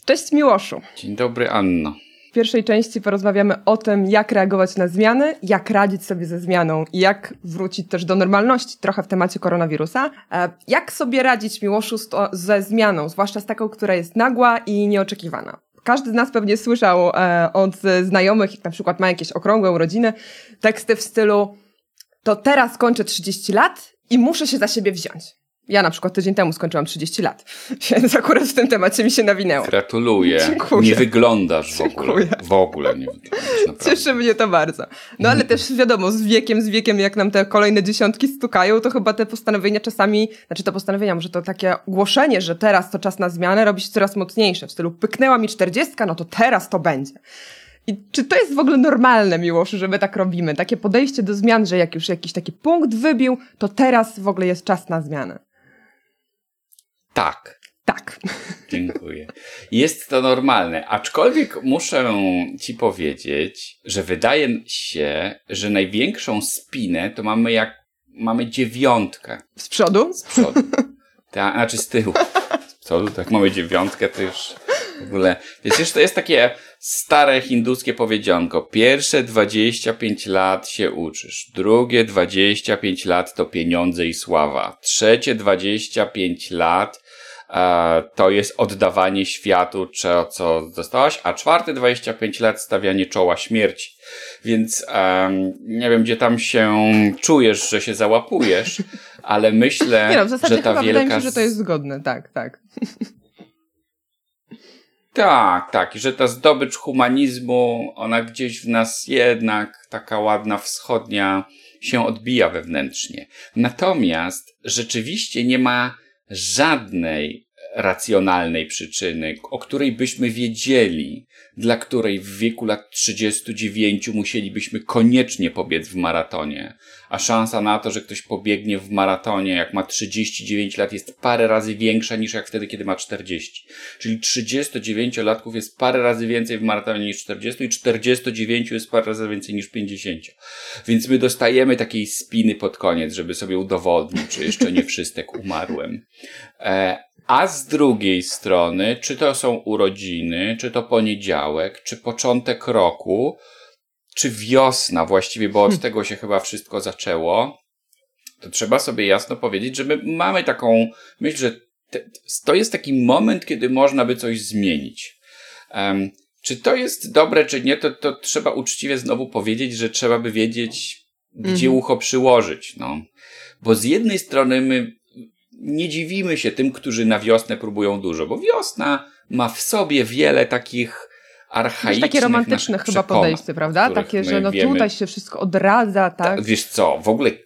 Cześć Miłoszu. Dzień dobry, Anno. W pierwszej części porozmawiamy o tym, jak reagować na zmiany, jak radzić sobie ze zmianą i jak wrócić też do normalności, trochę w temacie koronawirusa. Jak sobie radzić, Miłoszu, ze zmianą, zwłaszcza z taką, która jest nagła i nieoczekiwana? Każdy z nas pewnie słyszał od znajomych, jak na przykład ma jakieś okrągłe urodziny, teksty w stylu: to teraz kończę 30 lat i muszę się za siebie wziąć. Ja na przykład tydzień temu skończyłam 30 lat, więc akurat w tym temacie mi się nawinęło. Gratuluję. Dziękuję. Nie wyglądasz w ogóle. W ogóle nie wyglądasz, naprawdę. Cieszy mnie to bardzo. No ale też wiadomo, z wiekiem, jak nam te kolejne dziesiątki stukają, to chyba te postanowienia czasami, może to takie głoszenie, że teraz to czas na zmianę, robi się coraz mocniejsze. W stylu pyknęła mi 40, no to teraz to będzie. I czy to jest w ogóle normalne, Miłoszu, że my tak robimy? Takie podejście do zmian, że jak już jakiś taki punkt wybił, to teraz w ogóle jest czas na zmianę. Tak. Dziękuję. Jest to normalne, aczkolwiek muszę ci powiedzieć, że wydaje się, że największą spinę to mamy 9. Z przodu? Z przodu. Znaczy z tyłu. Z przodu, tak, mamy 9, to już w ogóle... Wiesz, to jest takie stare hinduskie powiedzonko. Pierwsze 25 lat się uczysz. Drugie 25 lat to pieniądze i sława. Trzecie 25 lat to jest oddawanie światu, co dostałaś, a czwarte 25 lat stawianie czoła śmierci. Więc nie wiem, gdzie tam się czujesz, że się załapujesz, ale myślę, nie no, w zasadzie że ta chyba wielka... wydaje mi się, że to jest zgodne, tak. Tak, i że ta zdobycz humanizmu, ona gdzieś w nas jednak taka ładna wschodnia się odbija wewnętrznie. Natomiast rzeczywiście nie ma żadnej racjonalnej przyczyny, o której byśmy wiedzieli, dla której w wieku lat 39 musielibyśmy koniecznie pobiec w maratonie. A szansa na to, że ktoś pobiegnie w maratonie, jak ma 39 lat, jest parę razy większa niż jak wtedy, kiedy ma 40. Czyli 39-latków jest parę razy więcej w maratonie niż 40 i 49 jest parę razy więcej niż 50. Więc my dostajemy takiej spiny pod koniec, żeby sobie udowodnić, że jeszcze nie wszystek umarłem. A z drugiej strony, czy to są urodziny, czy to poniedziałek, czy początek roku, czy wiosna właściwie, bo od tego się chyba wszystko zaczęło, to trzeba sobie jasno powiedzieć, że my mamy taką myśl, że to jest taki moment, kiedy można by coś zmienić. Czy to jest dobre, czy nie, to trzeba uczciwie znowu powiedzieć, że trzeba by wiedzieć, gdzie ucho przyłożyć. No. Bo z jednej strony my nie dziwimy się tym, którzy na wiosnę próbują dużo, bo wiosna ma w sobie wiele takich archaicznych takie romantyczne chyba podejście, prawda? Takie, że wiemy, tutaj się wszystko odradza, tak? Wiesz co, w ogóle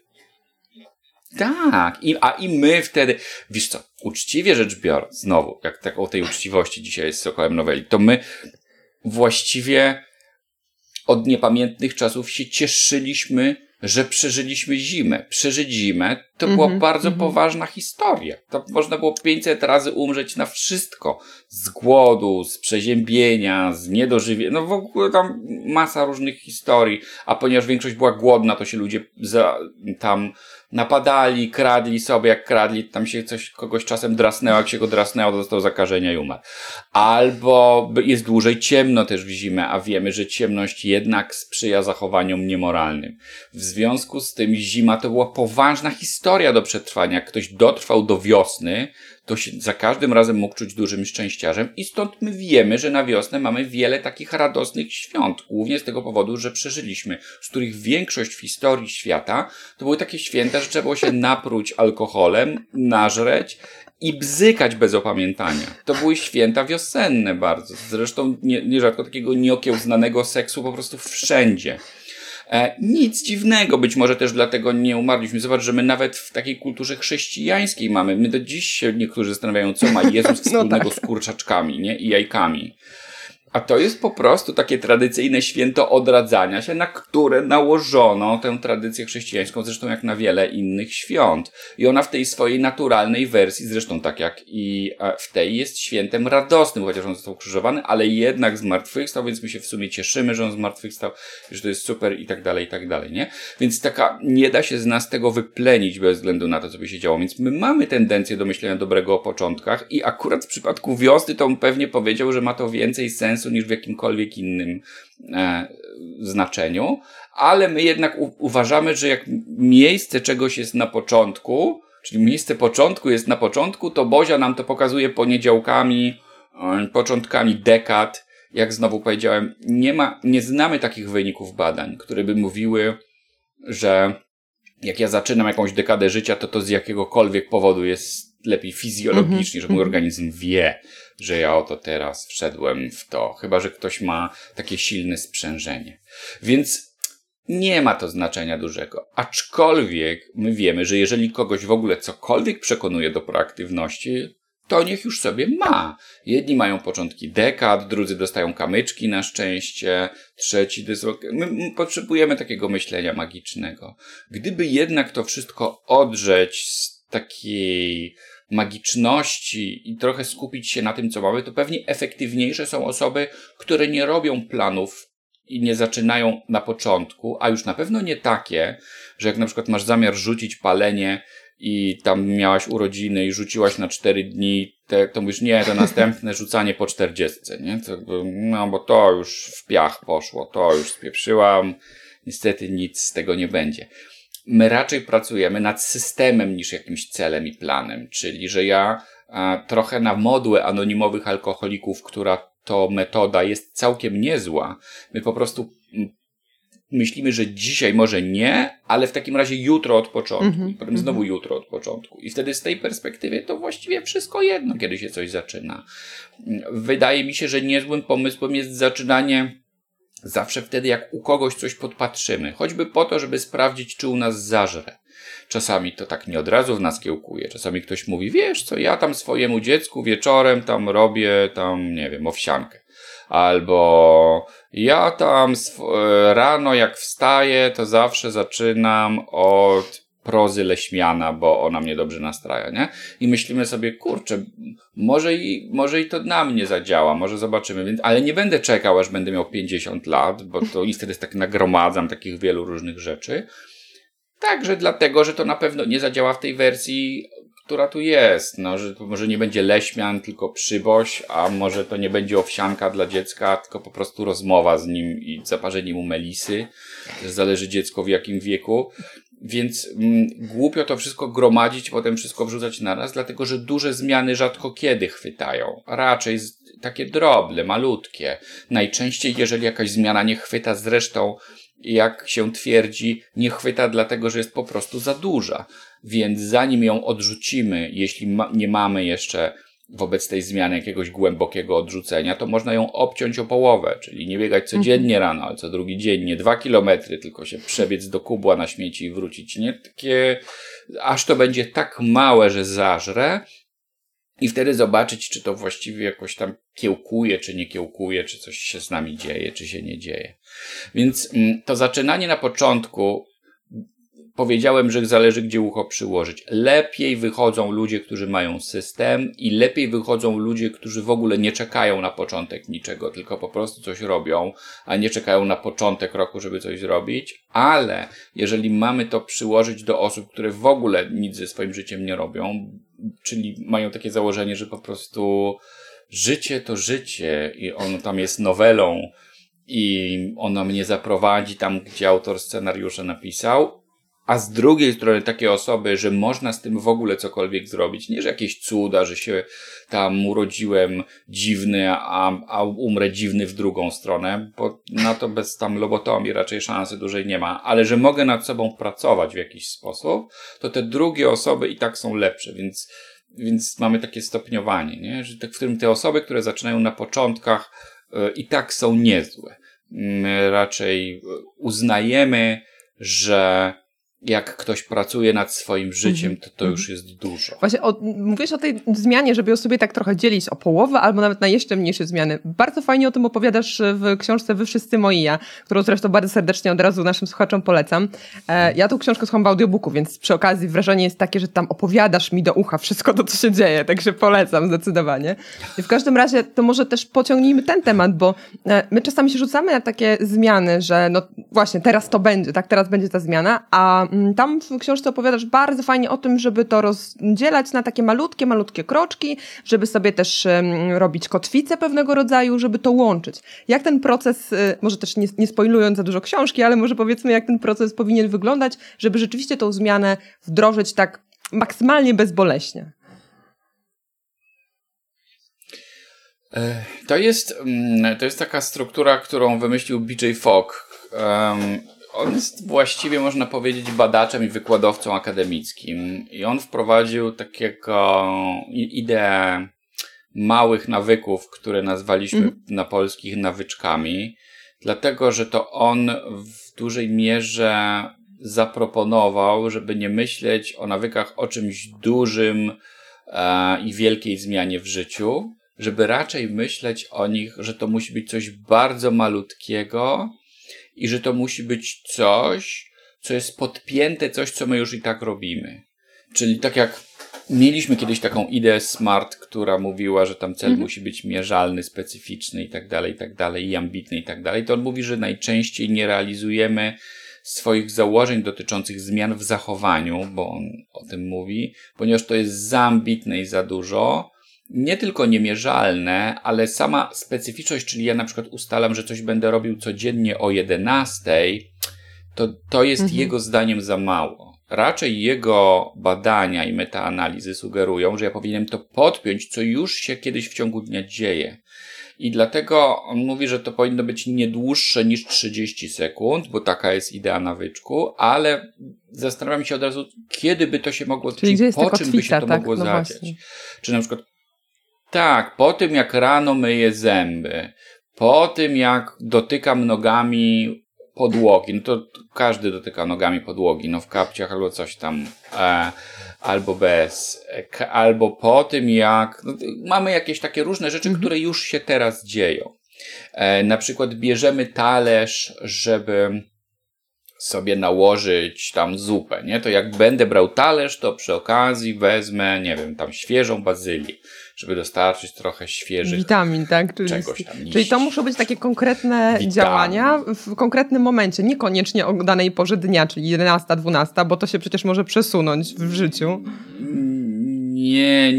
tak, i my wtedy, wiesz co, uczciwie rzecz biorąc, znowu, jak tak o tej uczciwości dzisiaj jest Sokołem Noweli, to my właściwie od niepamiętnych czasów się cieszyliśmy, że przeżyliśmy zimę. Przeżyć zimę to była bardzo poważna historia. To można było 500 razy umrzeć na wszystko. Z głodu, z przeziębienia, z niedożywienia. No w ogóle tam masa różnych historii. A ponieważ większość była głodna, to się ludzie tam napadali, kradli sobie, jak kradli, tam się kogoś czasem drasnęło, jak się go drasnęło, to dostał zakażenia i umarł. Albo jest dłużej ciemno też w zimę, a wiemy, że ciemność jednak sprzyja zachowaniom niemoralnym. W związku z tym zima to była poważna historia do przetrwania. Jak ktoś dotrwał do wiosny, to się za każdym razem mógł czuć dużym szczęściarzem i stąd my wiemy, że na wiosnę mamy wiele takich radosnych świąt. Głównie z tego powodu, że przeżyliśmy, z których większość w historii świata to były takie święta, że trzeba było się napruć alkoholem, nażreć i bzykać bez opamiętania. To były święta wiosenne bardzo. Zresztą nierzadko takiego nieokiełznanego seksu po prostu wszędzie. Nic dziwnego, być może też dlatego nie umarliśmy. Zobacz, że my nawet w takiej kulturze chrześcijańskiej my do dziś się niektórzy zastanawiają, co ma Jezus wspólnego z kurczaczkami, nie? I jajkami. A to jest po prostu takie tradycyjne święto odradzania się, na które nałożono tę tradycję chrześcijańską, zresztą jak na wiele innych świąt. I ona w tej swojej naturalnej wersji, zresztą tak jak i w tej, jest świętem radosnym, chociaż on został ukrzyżowany, ale jednak zmartwychwstał, więc my się w sumie cieszymy, że on zmartwychwstał, że to jest super i tak dalej, nie? Więc nie da się z nas tego wyplenić bez względu na to, co by się działo. Więc my mamy tendencję do myślenia dobrego o początkach i akurat w przypadku wiosny to bym pewnie powiedział, że ma to więcej sensu niż w jakimkolwiek innym znaczeniu, ale my jednak uważamy, że jak miejsce czegoś jest na początku, czyli miejsce początku jest na początku, to Bozia nam to pokazuje poniedziałkami, początkami dekad. Jak znowu powiedziałem, nie znamy takich wyników badań, które by mówiły, że jak ja zaczynam jakąś dekadę życia, to z jakiegokolwiek powodu jest lepiej fizjologicznie, że mój organizm wie, że ja oto teraz wszedłem w to. Chyba że ktoś ma takie silne sprzężenie. Więc nie ma to znaczenia dużego. Aczkolwiek my wiemy, że jeżeli kogoś w ogóle cokolwiek przekonuje do proaktywności, to niech już sobie ma. Jedni mają początki dekad, drudzy dostają kamyczki na szczęście, trzeci my potrzebujemy takiego myślenia magicznego. Gdyby jednak to wszystko odrzeć z takiej magiczności i trochę skupić się na tym, co mamy, to pewnie efektywniejsze są osoby, które nie robią planów i nie zaczynają na początku, a już na pewno nie takie, że jak na przykład masz zamiar rzucić palenie i tam miałaś urodziny i rzuciłaś na 4 dni, to mówisz, nie, to następne rzucanie po 40, nie? Bo to już w piach poszło, to już spieprzyłam, niestety nic z tego nie będzie. My raczej pracujemy nad systemem niż jakimś celem i planem, czyli że ja trochę na modłę anonimowych alkoholików, która to metoda jest całkiem niezła. My po prostu myślimy, że dzisiaj może nie, ale w takim razie jutro od początku. I potem znowu jutro od początku. I wtedy z tej perspektywy to właściwie wszystko jedno, kiedy się coś zaczyna. Wydaje mi się, że niezłym pomysłem jest zaczynanie zawsze wtedy, jak u kogoś coś podpatrzymy. Choćby po to, żeby sprawdzić, czy u nas zażre. Czasami to tak nie od razu w nas kiełkuje. Czasami ktoś mówi, wiesz co, ja tam swojemu dziecku wieczorem tam robię nie wiem, owsiankę. Albo ja tam rano jak wstaję, to zawsze zaczynam od prozy Leśmiana, bo ona mnie dobrze nastraja, nie? I myślimy sobie, kurczę, może i to na mnie zadziała, może zobaczymy, więc, ale nie będę czekał, aż będę miał 50 lat, bo to i wtedy tak nagromadzam takich wielu różnych rzeczy. Także dlatego, że to na pewno nie zadziała w tej wersji, która tu jest, że to może nie będzie Leśmian, tylko Przyboś, a może to nie będzie owsianka dla dziecka, tylko po prostu rozmowa z nim i zaparzenie mu melisy, zależy dziecko w jakim wieku, więc głupio to wszystko gromadzić, potem wszystko wrzucać naraz, dlatego, że duże zmiany rzadko kiedy chwytają, raczej takie drobne, malutkie, najczęściej jeżeli jakaś zmiana nie chwyta, zresztą jak się twierdzi, nie chwyta dlatego, że jest po prostu za duża. Więc zanim ją odrzucimy, jeśli nie mamy jeszcze wobec tej zmiany jakiegoś głębokiego odrzucenia, to można ją obciąć o połowę, czyli nie biegać codziennie rano, ale co drugi dzień, nie 2 kilometry, tylko się przebiec do kubła na śmieci i wrócić. Nie takie, aż to będzie tak małe, że zażre, i wtedy zobaczyć, czy to właściwie jakoś tam kiełkuje, czy nie kiełkuje, czy coś się z nami dzieje, czy się nie dzieje. Więc to zaczynanie na początku, powiedziałem, że zależy, gdzie ucho przyłożyć. Lepiej wychodzą ludzie, którzy mają system i lepiej wychodzą ludzie, którzy w ogóle nie czekają na początek niczego, tylko po prostu coś robią, a nie czekają na początek roku, żeby coś zrobić. Ale jeżeli mamy to przyłożyć do osób, które w ogóle nic ze swoim życiem nie robią, czyli mają takie założenie, że po prostu życie to życie i ono tam jest nowelą i ono mnie zaprowadzi tam, gdzie autor scenariusza napisał, a z drugiej strony takie osoby, że można z tym w ogóle cokolwiek zrobić, nie że jakieś cuda, że się tam urodziłem dziwny, a umrę dziwny w drugą stronę, bo na to bez tam lobotomii raczej szansy dużej nie ma, ale że mogę nad sobą pracować w jakiś sposób, to te drugie osoby i tak są lepsze, więc mamy takie stopniowanie, nie? Że w którym te osoby, które zaczynają na początkach i tak są niezłe. My raczej uznajemy, że jak ktoś pracuje nad swoim życiem, to już jest dużo. Właśnie mówisz o tej zmianie, żeby ją sobie tak trochę dzielić o połowę albo nawet na jeszcze mniejsze zmiany. Bardzo fajnie o tym opowiadasz w książce Wy wszyscy moi ja, którą zresztą bardzo serdecznie od razu naszym słuchaczom polecam. Ja tą książkę słucham w audiobooku, więc przy okazji wrażenie jest takie, że tam opowiadasz mi do ucha wszystko to, co się dzieje, także polecam zdecydowanie. I w każdym razie to może też pociągnijmy ten temat, bo my czasami się rzucamy na takie zmiany, że no właśnie teraz to będzie, tak, teraz będzie ta zmiana, a tam w książce opowiadasz bardzo fajnie o tym, żeby to rozdzielać na takie malutkie kroczki, żeby sobie też robić kotwicę pewnego rodzaju, żeby to łączyć. Jak ten proces, może też nie spoilując za dużo książki, ale może powiedzmy, jak ten proces powinien wyglądać, żeby rzeczywiście tą zmianę wdrożyć tak maksymalnie bezboleśnie. To jest taka struktura, którą wymyślił B.J. Fogg. On jest właściwie, można powiedzieć, badaczem i wykładowcą akademickim. I on wprowadził takiego ideę małych nawyków, które nazwaliśmy na polskich nawyczkami, dlatego, że to on w dużej mierze zaproponował, żeby nie myśleć o nawykach o czymś dużym i wielkiej zmianie w życiu, żeby raczej myśleć o nich, że to musi być coś bardzo malutkiego i że to musi być coś, co jest podpięte, coś, co my już i tak robimy. Czyli tak jak mieliśmy kiedyś taką ideę SMART, która mówiła, że tam cel musi być mierzalny, specyficzny i tak dalej, i ambitny i tak dalej, to on mówi, że najczęściej nie realizujemy swoich założeń dotyczących zmian w zachowaniu, bo on o tym mówi, ponieważ to jest za ambitne i za dużo, nie tylko niemierzalne, ale sama specyficzność, czyli ja na przykład ustalam, że coś będę robił codziennie o 11:00, to jest jego zdaniem za mało. Raczej jego badania i metaanalizy sugerują, że ja powinienem to podpiąć, co już się kiedyś w ciągu dnia dzieje. I dlatego on mówi, że to powinno być nie dłuższe niż 30 sekund, bo taka jest idea nawyczku, ale zastanawiam się od razu, kiedy by to się mogło, czyli po czym by się to mogło zadziać. Właśnie. Czy na przykład tak, po tym jak rano myję zęby, po tym jak dotykam nogami podłogi, no to każdy dotyka nogami podłogi, no w kapciach albo coś tam, albo bez, albo po tym jak, no, mamy jakieś takie różne rzeczy, które już się teraz dzieją. Na przykład bierzemy talerz, żeby sobie nałożyć tam zupę, nie? To jak będę brał talerz, to przy okazji wezmę, nie wiem, tam świeżą bazylię, żeby dostarczyć trochę świeżych witamin, tak? Czegoś tam liści. Czyli to muszą być takie konkretne działania w konkretnym momencie, niekoniecznie o danej porze dnia, czyli 11, 12, bo to się przecież może przesunąć w życiu. Nie.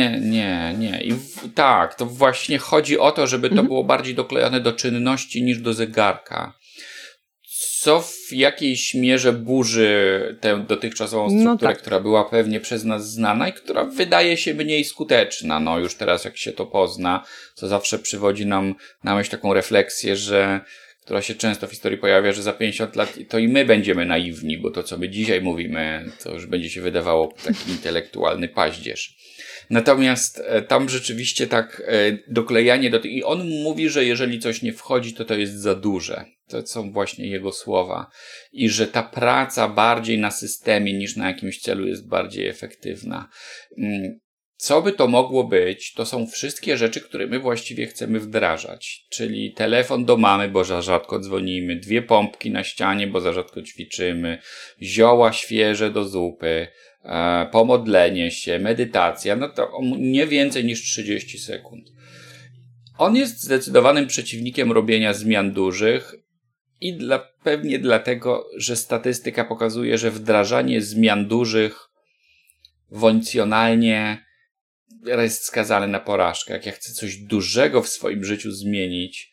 I tak, to właśnie chodzi o to, żeby to było bardziej doklejone do czynności niż do zegarka. Co w jakiejś mierze burzy tę dotychczasową strukturę, która była pewnie przez nas znana i która wydaje się mniej skuteczna. No już teraz jak się to pozna, co zawsze przywodzi nam na myśl taką refleksję, która się często w historii pojawia, że za 50 lat to i my będziemy naiwni, bo to, co my dzisiaj mówimy, to już będzie się wydawało taki intelektualny paździerz. Natomiast tam rzeczywiście tak doklejanie i on mówi, że jeżeli coś nie wchodzi, to jest za duże. To są właśnie jego słowa. I że ta praca bardziej na systemie niż na jakimś celu jest bardziej efektywna. Co by to mogło być? To są wszystkie rzeczy, które my właściwie chcemy wdrażać. Czyli telefon do mamy, bo za rzadko dzwonimy, 2 pompki na ścianie, bo za rzadko ćwiczymy, zioła świeże do zupy, pomodlenie się, medytacja, no to nie więcej niż 30 sekund. On jest zdecydowanym przeciwnikiem robienia zmian dużych i pewnie dlatego, że statystyka pokazuje, że wdrażanie zmian dużych wolicjonalnie jest skazane na porażkę. Jak ja chcę coś dużego w swoim życiu zmienić,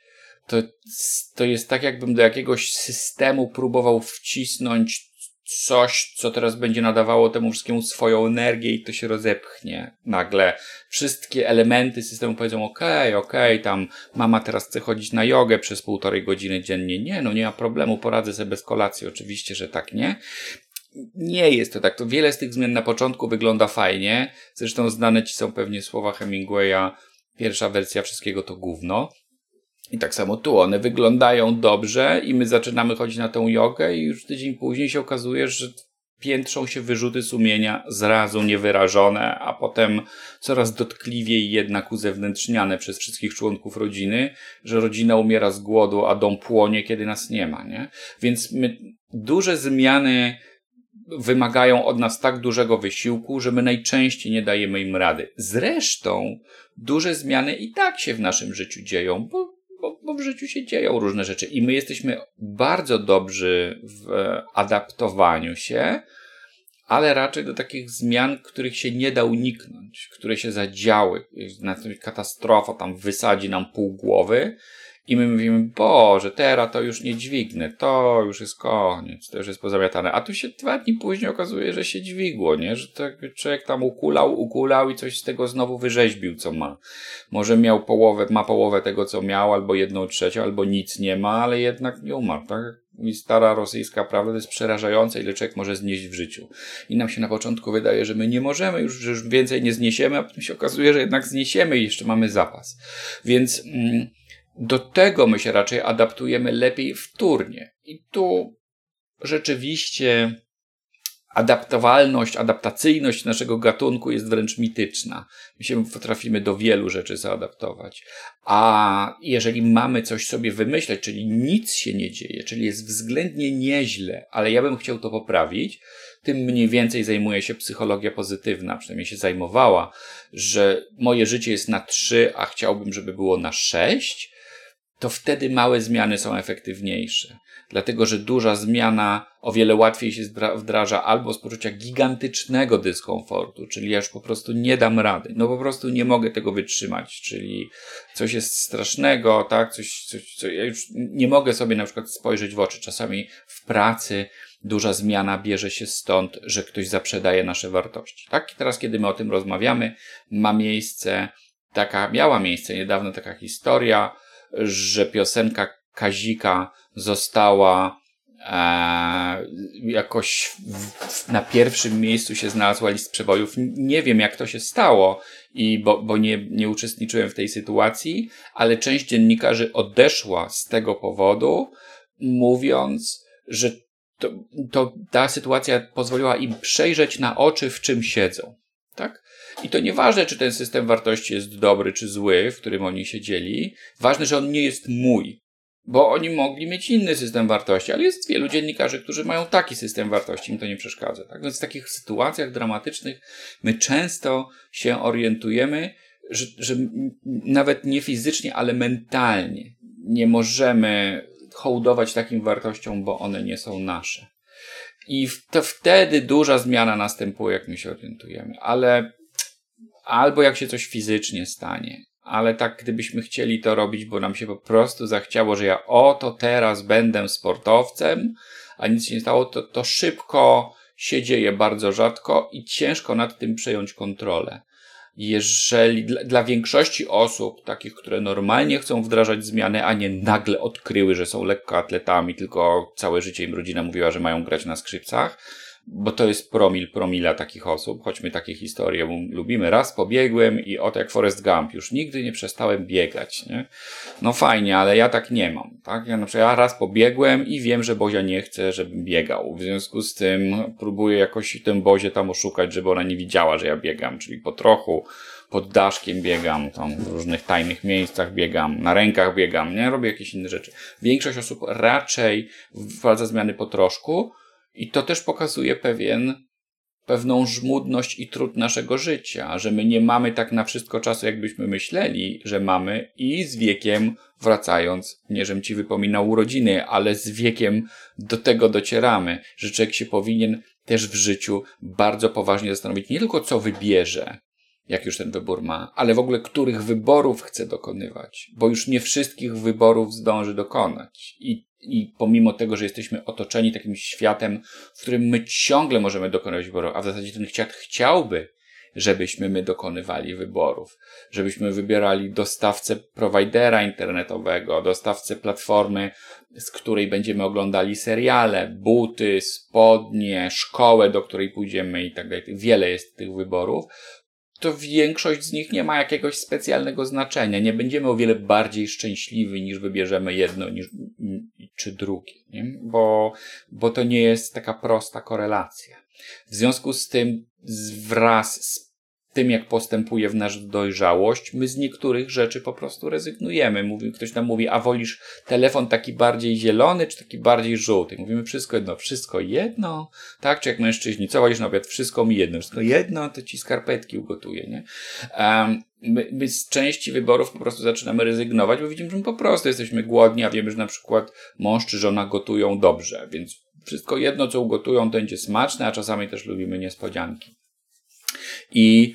to jest tak, jakbym do jakiegoś systemu próbował wcisnąć coś, co teraz będzie nadawało temu wszystkiemu swoją energię i to się rozepchnie. Nagle wszystkie elementy systemu powiedzą okej, tam mama teraz chce chodzić na jogę przez 1,5 godziny dziennie. Nie ma problemu, poradzę sobie bez kolacji. Oczywiście, że tak, nie? Nie jest to tak. To wiele z tych zmian na początku wygląda fajnie. Zresztą znane ci są pewnie słowa Hemingwaya, pierwsza wersja wszystkiego to gówno. I tak samo tu one wyglądają dobrze i my zaczynamy chodzić na tą jogę i już tydzień później się okazuje, że piętrzą się wyrzuty sumienia zrazu niewyrażone, a potem coraz dotkliwiej jednak uzewnętrzniane przez wszystkich członków rodziny, że rodzina umiera z głodu, a dom płonie, kiedy nas nie ma, nie? Więc duże zmiany wymagają od nas tak dużego wysiłku, że my najczęściej nie dajemy im rady. Zresztą duże zmiany i tak się w naszym życiu dzieją, bo w życiu się dzieją różne rzeczy i my jesteśmy bardzo dobrzy w adaptowaniu się, ale raczej do takich zmian, których się nie da uniknąć, które się zadziały. Katastrofa tam wysadzi nam pół głowy i my mówimy, Boże, teraz to już nie dźwignę, to już jest koniec, to już jest pozamiatane. A tu się 2 dni później okazuje, że się dźwigło, nie? Że tak człowiek tam ukulał i coś z tego znowu wyrzeźbił, co ma. Może ma połowę tego, co miał, albo 1/3, albo nic nie ma, ale jednak nie umarł, tak? I stara rosyjska prawda, to jest przerażające, ile człowiek może znieść w życiu. I nam się na początku wydaje, że my nie możemy, że już więcej nie zniesiemy, a potem się okazuje, że jednak zniesiemy i jeszcze mamy zapas. Więc do tego my się raczej adaptujemy lepiej wtórnie. I tu rzeczywiście adaptacyjność naszego gatunku jest wręcz mityczna. My się potrafimy do wielu rzeczy zaadaptować. A jeżeli mamy coś sobie wymyśleć, czyli nic się nie dzieje, czyli jest względnie nieźle, ale ja bym chciał to poprawić, tym mniej więcej zajmuje się psychologia pozytywna, przynajmniej się zajmowała, że moje życie jest na 3, a chciałbym, żeby było na 6, to wtedy małe zmiany są efektywniejsze. Dlatego, że duża zmiana o wiele łatwiej się wdraża albo z poczucia gigantycznego dyskomfortu, czyli ja już po prostu nie dam rady, no po prostu nie mogę tego wytrzymać, czyli coś jest strasznego, tak, co ja już nie mogę sobie na przykład spojrzeć w oczy. Czasami w pracy duża zmiana bierze się stąd, że ktoś zaprzedaje nasze wartości. Tak? I teraz, kiedy my o tym rozmawiamy, miała miejsce niedawno taka historia, że piosenka Kazika została jakoś na pierwszym miejscu się znalazła list przebojów. Nie wiem, jak to się stało, bo nie uczestniczyłem w tej sytuacji, ale część dziennikarzy odeszła z tego powodu, mówiąc, że ta sytuacja pozwoliła im przejrzeć na oczy, w czym siedzą. Tak? I to nieważne, czy ten system wartości jest dobry czy zły, w którym oni siedzieli. Ważne, że on nie jest mój. Bo oni mogli mieć inny system wartości, ale jest wielu dziennikarzy, którzy mają taki system wartości, im to nie przeszkadza. Tak? Więc w takich sytuacjach dramatycznych my często się orientujemy, że nawet nie fizycznie, ale mentalnie nie możemy hołdować takim wartościom, bo one nie są nasze. I to wtedy duża zmiana następuje, jak my się orientujemy. Ale albo jak się coś fizycznie stanie. Ale tak, gdybyśmy chcieli to robić, bo nam się po prostu zachciało, że ja oto teraz będę sportowcem, a nic się nie stało, to szybko się dzieje, bardzo rzadko i ciężko nad tym przejąć kontrolę. Jeżeli dla większości osób, takich, które normalnie chcą wdrażać zmiany, a nie nagle odkryły, że są lekkoatletami, tylko całe życie im rodzina mówiła, że mają grać na skrzypcach, bo to jest promila takich osób, choć my takie historie lubimy. Raz pobiegłem i oto jak Forrest Gump, już nigdy nie przestałem biegać, nie? No fajnie, ale ja tak nie mam, tak? Ja raz pobiegłem i wiem, że Bozia nie chce, żebym biegał. W związku z tym próbuję jakoś tę Bozię tam oszukać, żeby ona nie widziała, że ja biegam, czyli po trochu pod daszkiem biegam, tam w różnych tajnych miejscach biegam, na rękach biegam, nie? Robię jakieś inne rzeczy. Większość osób raczej wprowadza zmiany po troszku, i to też pokazuje pewną żmudność i trud naszego życia, że my nie mamy tak na wszystko czasu, jakbyśmy myśleli, że mamy i z wiekiem wracając, nie żebym ci wypominał urodziny, ale z wiekiem do tego docieramy, że człowiek się powinien też w życiu bardzo poważnie zastanowić nie tylko co wybierze, jak już ten wybór ma, ale w ogóle których wyborów chce dokonywać, bo już nie wszystkich wyborów zdąży dokonać. I pomimo tego, że jesteśmy otoczeni takim światem, w którym my ciągle możemy dokonywać wyborów, a w zasadzie ten świat chciałby, żebyśmy my dokonywali wyborów, żebyśmy wybierali dostawcę prowajdera internetowego, dostawcę platformy, z której będziemy oglądali seriale, buty, spodnie, szkołę, do której pójdziemy i tak dalej. Wiele jest tych wyborów. To większość z nich nie ma jakiegoś specjalnego znaczenia. Nie będziemy o wiele bardziej szczęśliwi, niż wybierzemy jedno czy drugie, nie? Bo to nie jest taka prosta korelacja. W związku z tym, wraz z tym, jak postępuje w nas dojrzałość, my z niektórych rzeczy po prostu rezygnujemy. Ktoś nam mówi, a wolisz telefon taki bardziej zielony, czy taki bardziej żółty? Mówimy wszystko jedno, tak? Czy jak mężczyźni, co wolisz na obiad? Wszystko mi jedno. Wszystko jedno, to ci skarpetki ugotuję, nie? My z części wyborów po prostu zaczynamy rezygnować, bo widzimy, że my po prostu jesteśmy głodni, a wiemy, że na przykład mąż czy żona gotują dobrze, więc wszystko jedno, co ugotują, to będzie smaczne, a czasami też lubimy niespodzianki. I